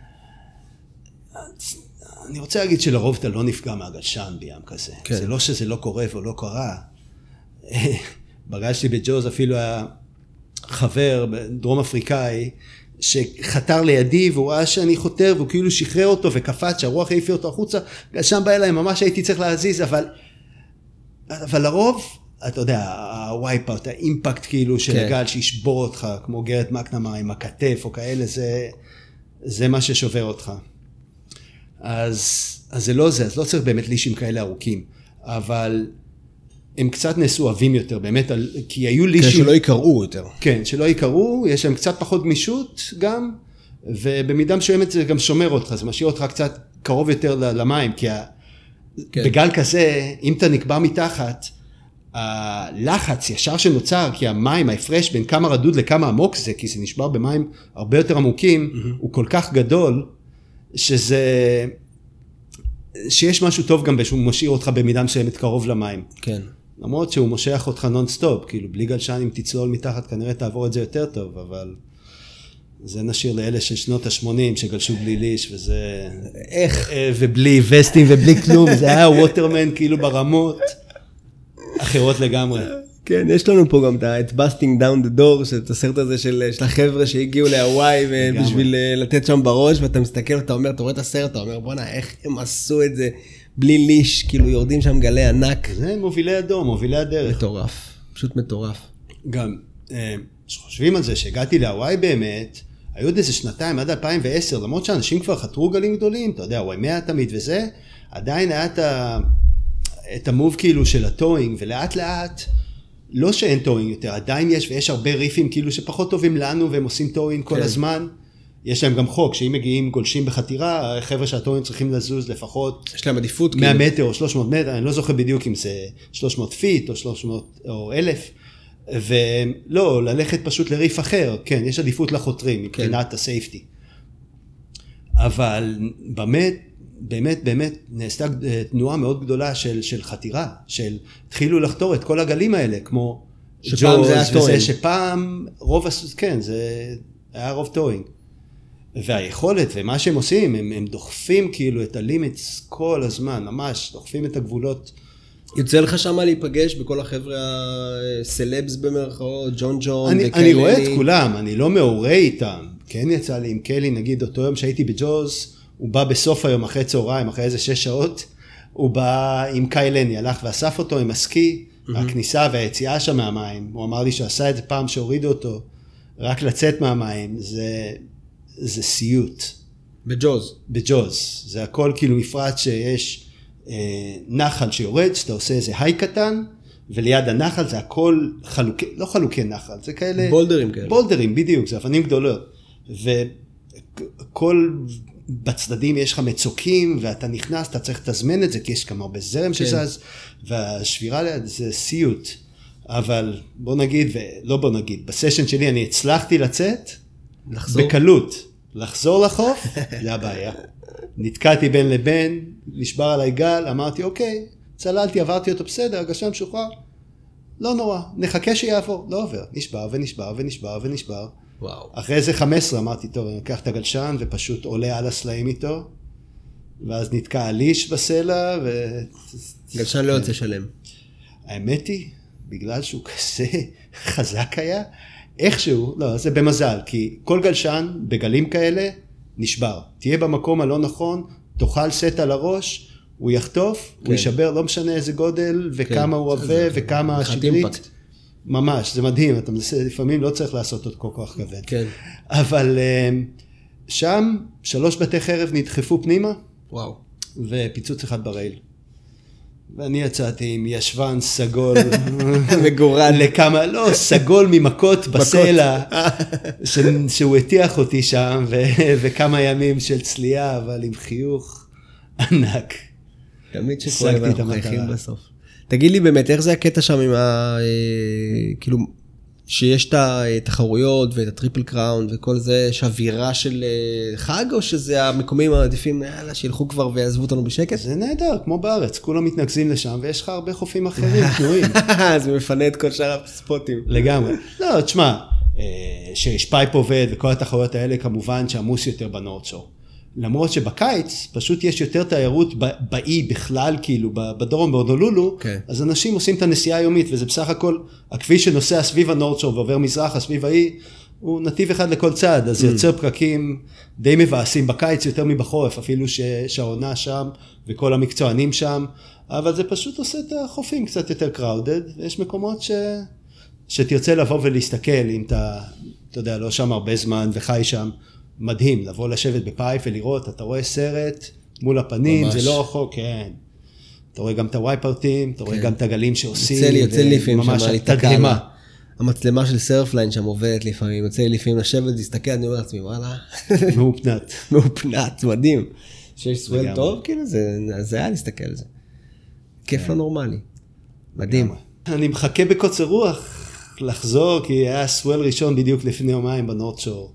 אני רוצה להגיד שלרוב אתה לא נפגע מהגלשן בים כזה. כן. זה לא שזה לא קורה או לא קרה. פגשתי בג'וז אפילו היה חבר דרום אפריקאי, שחתר לידי והוא ראה שאני חותר והוא כאילו שחרר אותו וקפץ שהרוח העיפה אותו החוצה, גלשן בא אליי ממש הייתי צריך להזיז, אבל, אבל לרוב, אתה יודע, הווייפאוט, האימפקט כאילו של כן. הגל שישבור אותך, כמו גרד מקנמה עם הכתף או כאלה, זה, זה מה ששובר אותך. אז, אז זה לא זה, אז לא צריך באמת לישים כאלה ארוכים, אבל הם קצת נעשו אוהבים יותר, באמת, כי היו לישים... כן, שלא יקראו יותר. כן, שלא יקראו, יש להם קצת פחות גמישות גם, ובמידה מסוימת זה גם שומר אותך, זה משאיר אותך קצת קרוב יותר למים, כי ה... כן. בגל כזה, אם אתה נקבע מתחת, הלחץ ישר שנוצר, כי המים, ההפרש בין כמה רדוד לכמה עמוק זה, כי זה נשבר במים הרבה יותר עמוקים, mm-hmm. הוא כל כך גדול, שזה, שיש משהו טוב גם שהוא משאיר אותך במידה מסוימת קרוב למים. כן. למרות שהוא מושך אותך נון סטופ, כאילו בלי גלשן אם תצלול מתחת כנראה תעבור את זה יותר טוב, אבל זה נשאיר לאלה של שנות ה-שמונים שגלשו בלי ליש, וזה... איך? ובלי וסטים ובלי כלום, זה היה ווטרמן כאילו ברמות אחרות לגמרי. כן, יש לנו פה גם את Busting Down the Door, את הסרט הזה של, של החבר'ה שהגיעו להוואי בשביל לתת שם בראש, ואתה מסתכל, אתה אומר, אתה רואה את הסרט, אתה אומר, בוא'נה, איך הם עשו את זה בלי ליש, כאילו יורדים שם גלי ענק. זה מובילי אדום, מובילי הדרך. מטורף, פשוט מטורף. גם, שחושבים על זה, שהגעתי להוואי באמת, היו עוד איזה שנתיים עד אלפיים ועשר, למרות שאנשים כבר חתרו גלים גדולים, אתה יודע, וואי מאה תמיד וזה, עדיין היה את, ה, את המוב כאילו של הטואינג, ולאט לאט, לא שאין טואינג יותר, עדיין יש, ויש הרבה ריפים כאילו שפחות טובים לנו, והם עושים טואינג כל הזמן. יש להם גם חוק, שאם מגיעים גולשים בחתירה, חבר'ה שהטואינג צריכים לזוז לפחות... יש להם עדיפות מאה מטר או שלוש מאות מטר, אני לא זוכר בדיוק אם זה שלוש מאות פיט או שלוש מאות או אלף, ולא, ללכת פשוט לריף אחר, כן, יש עדיפות לחותרים מבחינת הסייפטי. אבל באמת, באמת, באמת, נעשתה תנועה מאוד גדולה של, של חתירה, של התחילו לחתור את כל הגלים האלה, כמו ג'וז וזה, שפעם רוב, כן, זה היה רוב טואינג. והיכולת ומה שהם עושים, הם, הם דוחפים כאילו את הלימיטס כל הזמן, ממש, דוחפים את הגבולות. יוצא לך שמה להיפגש בכל החבר'ה הסלבס במרכאות, ג'ון ג'ון אני, וקלי. אני רואה את כולם, אני לא מעורה איתם. כן יצא לי עם קלי, נגיד אותו יום שהייתי בג'וז, הוא בא בסוף היום אחרי צהריים, אחרי איזה שש שעות, הוא בא עם קיילני, הלך ואסף אותו עם הסקי, mm-hmm. הכניסה והיציאה שם מהמים, הוא אמר לי שעשה את זה פעם שהורידו אותו, רק לצאת מהמים, זה, זה סיוט. בג'וז. בג'וז, זה הכל כאילו מפרט שיש אה, נחל שיורד, שאתה עושה איזה היי קטן, וליד הנחל זה הכל חלוקי, לא חלוקי נחל, זה כאלה... בולדרים כאלה. בולדרים, בדיוק, זה אבנים גדולות. וכל... בצדדים יש לך מצוקים, ואתה נכנס, אתה צריך לתזמן את זה, כי יש גם הרבה זרם שזז, והשבירה ליד זה סיוט. אבל בוא נגיד, ולא בוא נגיד, בסשן שלי אני הצלחתי לצאת, לחזור? בקלות. לחזור לחוף, זה הבעיה. נתקעתי בין לבין, נשבר עליי גל, אמרתי, אוקיי, צללתי, עברתי אותו בסדר, הגשם משוחרר, לא נורא, נחכה שיעבור, לא עובר, נשבר ונשבר ונשבר ונשבר. וואו. אחרי איזה חמש עשרה אמרתי, טוב, אני לוקח את הגלשן ופשוט עולה על הסלעים איתו, ואז נתקע הליש בסלע, ו... גלשן לא יוצא שלם. האמת היא, בגלל שהוא כזה חזק היה, איכשהו, לא, זה במזל, כי כל גלשן בגלים כאלה נשבר. תהיה במקום הלא נכון, תאכל סט על הראש, הוא יחטוף, כן. הוא יישבר, לא משנה איזה גודל, וכמה כן. הוא עבה, וכמה השדרית. ממש, זה מדהים, אתה מנסה, לפעמים לא צריך לעשות עוד כל כך כבד. כן. אבל שם, שלוש בתי חרב נדחפו פנימה, וואו. ופיצוץ אחד ברייל. ואני יצאתי עם ישבן סגול, מגורל. לכמה, לא, סגול ממכות בסלע, ש, שהוא הטיח אותי שם, ו, וכמה ימים של צלייה, אבל עם חיוך ענק. תמיד שכואב אנחנו חייכים בסוף. תגיד לי באמת, איך זה הקטע שם עם ה... כאילו, שיש את התחרויות ואת הטריפל קראון וכל זה, יש אווירה של חג, או שזה המקומים העדיפים, יאללה, שילכו כבר ויעזבו אותנו בשקט? זה נהדר, כמו בארץ, כולם מתנגזים לשם, ויש לך הרבה חופים אחרים, תנועים. זה מפנה את כל שאר הספוטים. לגמרי. לא, תשמע, שיש פייפ עובד וכל התחרויות האלה, כמובן שעמוס יותר בנורד שור. למרות שבקיץ פשוט יש יותר תיירות באי בכלל, כאילו בדרום, בהונולולו, okay. אז אנשים עושים את הנסיעה היומית, וזה בסך הכל, הכביש שנוסע סביב הנורד שור ועובר מזרחה סביב האי, הוא נתיב אחד לכל צד, אז mm. יוצר פקקים די מבאסים בקיץ יותר מבחורף, אפילו שהעונה שם וכל המקצוענים שם, אבל זה פשוט עושה את החופים קצת יותר קראודד, ויש מקומות ש... שתרצה לבוא ולהסתכל, אם אתה, אתה יודע, לא שם הרבה זמן וחי שם, מדהים, לבוא לשבת בפייפ ולראות, אתה רואה סרט מול הפנים, ממש. זה לא רחוק, כן. אתה רואה גם את הווייפרטים, אתה רואה כן. גם את הגלים שעושים. יוצא לי, יוצא לי לפעמים שם, התדהמה. המצלמה של סרפליין שם עובדת לפעמים, יוצא לי לפעמים לשבת, להסתכל, אני אומר לעצמי, וואלה. מאופנת. מאופנת, מדהים. שיש סוול טוב, כאילו, זה, זה היה להסתכל על זה. כיף לא נורמלי. מדהים. אני מחכה בקוצר רוח לחזור, כי היה סוול ראשון בדיוק לפני יומיים בנורד שור.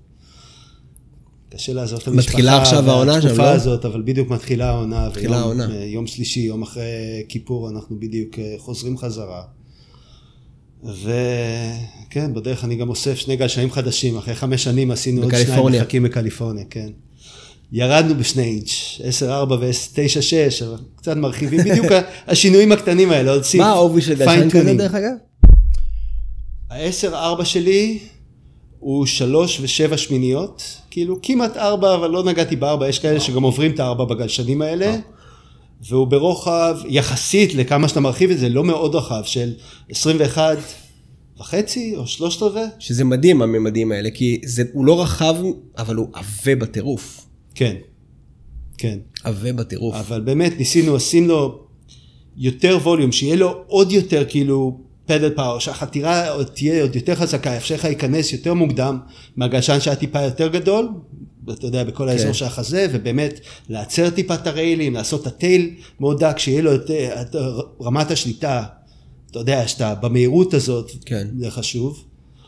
קשה לעזוב את המשפחה. מתחילה עכשיו העונה שם, לא? התקופה הזאת, אבל בדיוק מתחילה העונה. מתחילה העונה. יום שלישי, יום אחרי כיפור, אנחנו בדיוק חוזרים חזרה. וכן, בדרך אני גם אוסף שני גלשנים חדשים, אחרי חמש שנים עשינו עוד בקליפורניה. שניים מחכים בקליפורניה, כן. ירדנו בשני אינץ', עשר ארבע ו-תשע שש, אבל קצת מרחיבים, בדיוק השינויים הקטנים האלה, עוד סיף. מה העובי של גלשן כזה דרך אגב? ה-עשר ארבע שלי הוא שלוש ושבע שמיניות, כאילו כמעט ארבע, אבל לא נגעתי בארבע, יש כאלה שגם עוברים את הארבע בגלשנים האלה, והוא ברוחב, יחסית לכמה שאתה מרחיב את זה, לא מאוד רחב, של עשרים ואחת וחצי או שלושת רבעי. שזה מדהים הממדים האלה, כי זה, הוא לא רחב, אבל הוא עווה בטירוף. כן, כן. עווה בטירוף. אבל באמת ניסינו, עשינו לו יותר ווליום, שיהיה לו עוד יותר כאילו פדל פאוור, שהחתירה עוד תהיה עוד יותר חזקה, אפשר לך להיכנס יותר מוקדם מהגלשן שהיה טיפה יותר גדול, אתה יודע, בכל האזור כן. של החזה, ובאמת לעצר טיפה את הריילים, לעשות את הטייל מאוד דק, שיהיה לו את, את רמת השליטה, אתה יודע, שאתה במהירות הזאת, כן. זה חשוב.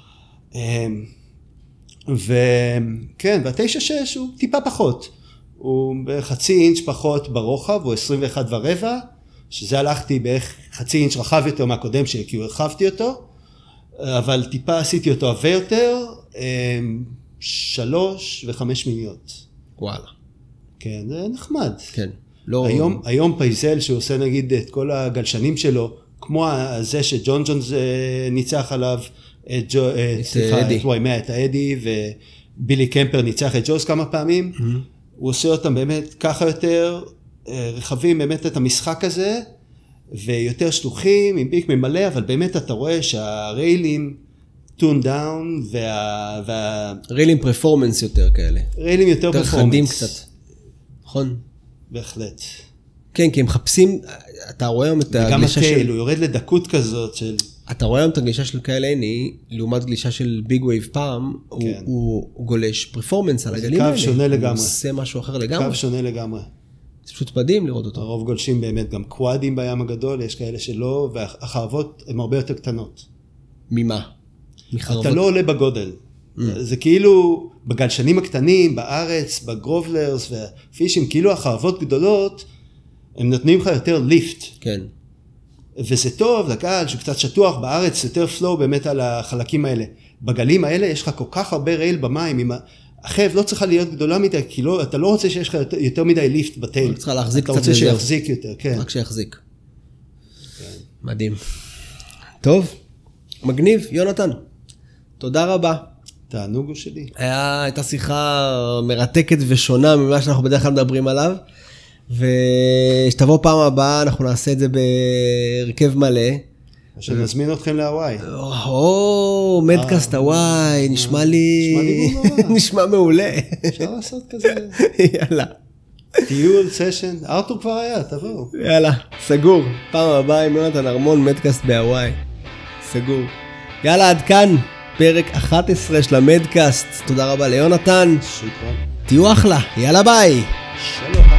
וכן, והתשע שש הוא טיפה פחות, הוא בחצי אינץ' פחות ברוחב, הוא עשרים ואחת ורבע, שזה הלכתי בערך חצי אינץ' רחב יותר מהקודם שלי, כי הוא הרחבתי אותו, אבל טיפה עשיתי אותו עבה יותר, שלוש וחמש מיניות. וואלה. כן, זה נחמד. כן. לא... היום, היום פייזל שהוא עושה נגיד את כל הגלשנים שלו, כמו זה שג'ון ג'ונס ניצח עליו, את, ג'ו, את, סליחה, את וואי, את האדי, ובילי קמפר ניצח את ג'וס כמה פעמים, mm-hmm. הוא עושה אותם באמת ככה יותר, רחבים באמת את המשחק הזה, ויותר שלוחים, עם פיק ממלא, אבל באמת אתה רואה שהריילים טון דאון, וה... וה... ריילים פרפורמנס יותר כאלה. ריילים יותר יותר פרפורמנס. חדים קצת. נכון? בהחלט. כן, כי הם מחפשים, אתה רואה היום את הגלישה של... וגם הטייל, הוא יורד לדקות כזאת של... אתה רואה היום את הגלישה של קייל איני, לעומת גלישה של ביג ווייב פעם, כן. הוא, הוא, הוא גולש פרפורמנס על הגלים האלה. קו שונה לגמרי. הוא עושה משהו אחר לגמרי. קו שונה לגמרי. זה פשוט מדהים לראות אותו. הרוב גולשים באמת גם קוואדים בים הגדול, יש כאלה שלא, והחרבות הן הרבה יותר קטנות. ממה? מחרבות? אתה לא עולה בגודל. Mm. זה כאילו בגלשנים הקטנים, בארץ, בגרובלרס והפישים, כאילו החרבות גדולות, הם נותנים לך יותר ליפט. כן. וזה טוב לגל שהוא קצת שטוח בארץ, יותר פלואו באמת על החלקים האלה. בגלים האלה יש לך כל כך הרבה רייל במים, עם החב לא צריכה להיות גדולה מדי, כי לא, אתה לא רוצה שיש לך יותר, יותר מדי ליפט בטייל. אתה צריכה להחזיק קצת אתה רוצה שיחזיק יותר, כן. רק שיחזיק. כן. מדהים. טוב, מגניב, יונתן. תודה רבה. תענוג הוא שלי. היה, הייתה שיחה מרתקת ושונה ממה שאנחנו בדרך כלל מדברים עליו. ושתבוא פעם הבאה, אנחנו נעשה את זה בהרכב מלא. שנזמין אתכם להוואי. או, מדקאסט הוואי, נשמע לי... נשמע מעולה. אפשר לעשות כזה. יאללה. טיול, סשן, ארתור כבר היה, תבואו. יאללה, סגור. פעם הבאה עם יונתן ארמון, מדקאסט בהוואי. סגור. יאללה, עד כאן, פרק אחת עשרה של המדקאסט. תודה רבה ליונתן. שוקרן. תהיו אחלה. יאללה ביי. שלום.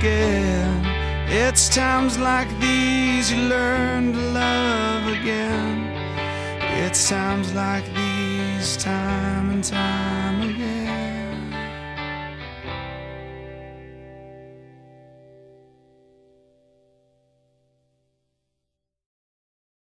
again. It's times like these you learn to love again. It's times like these, time and time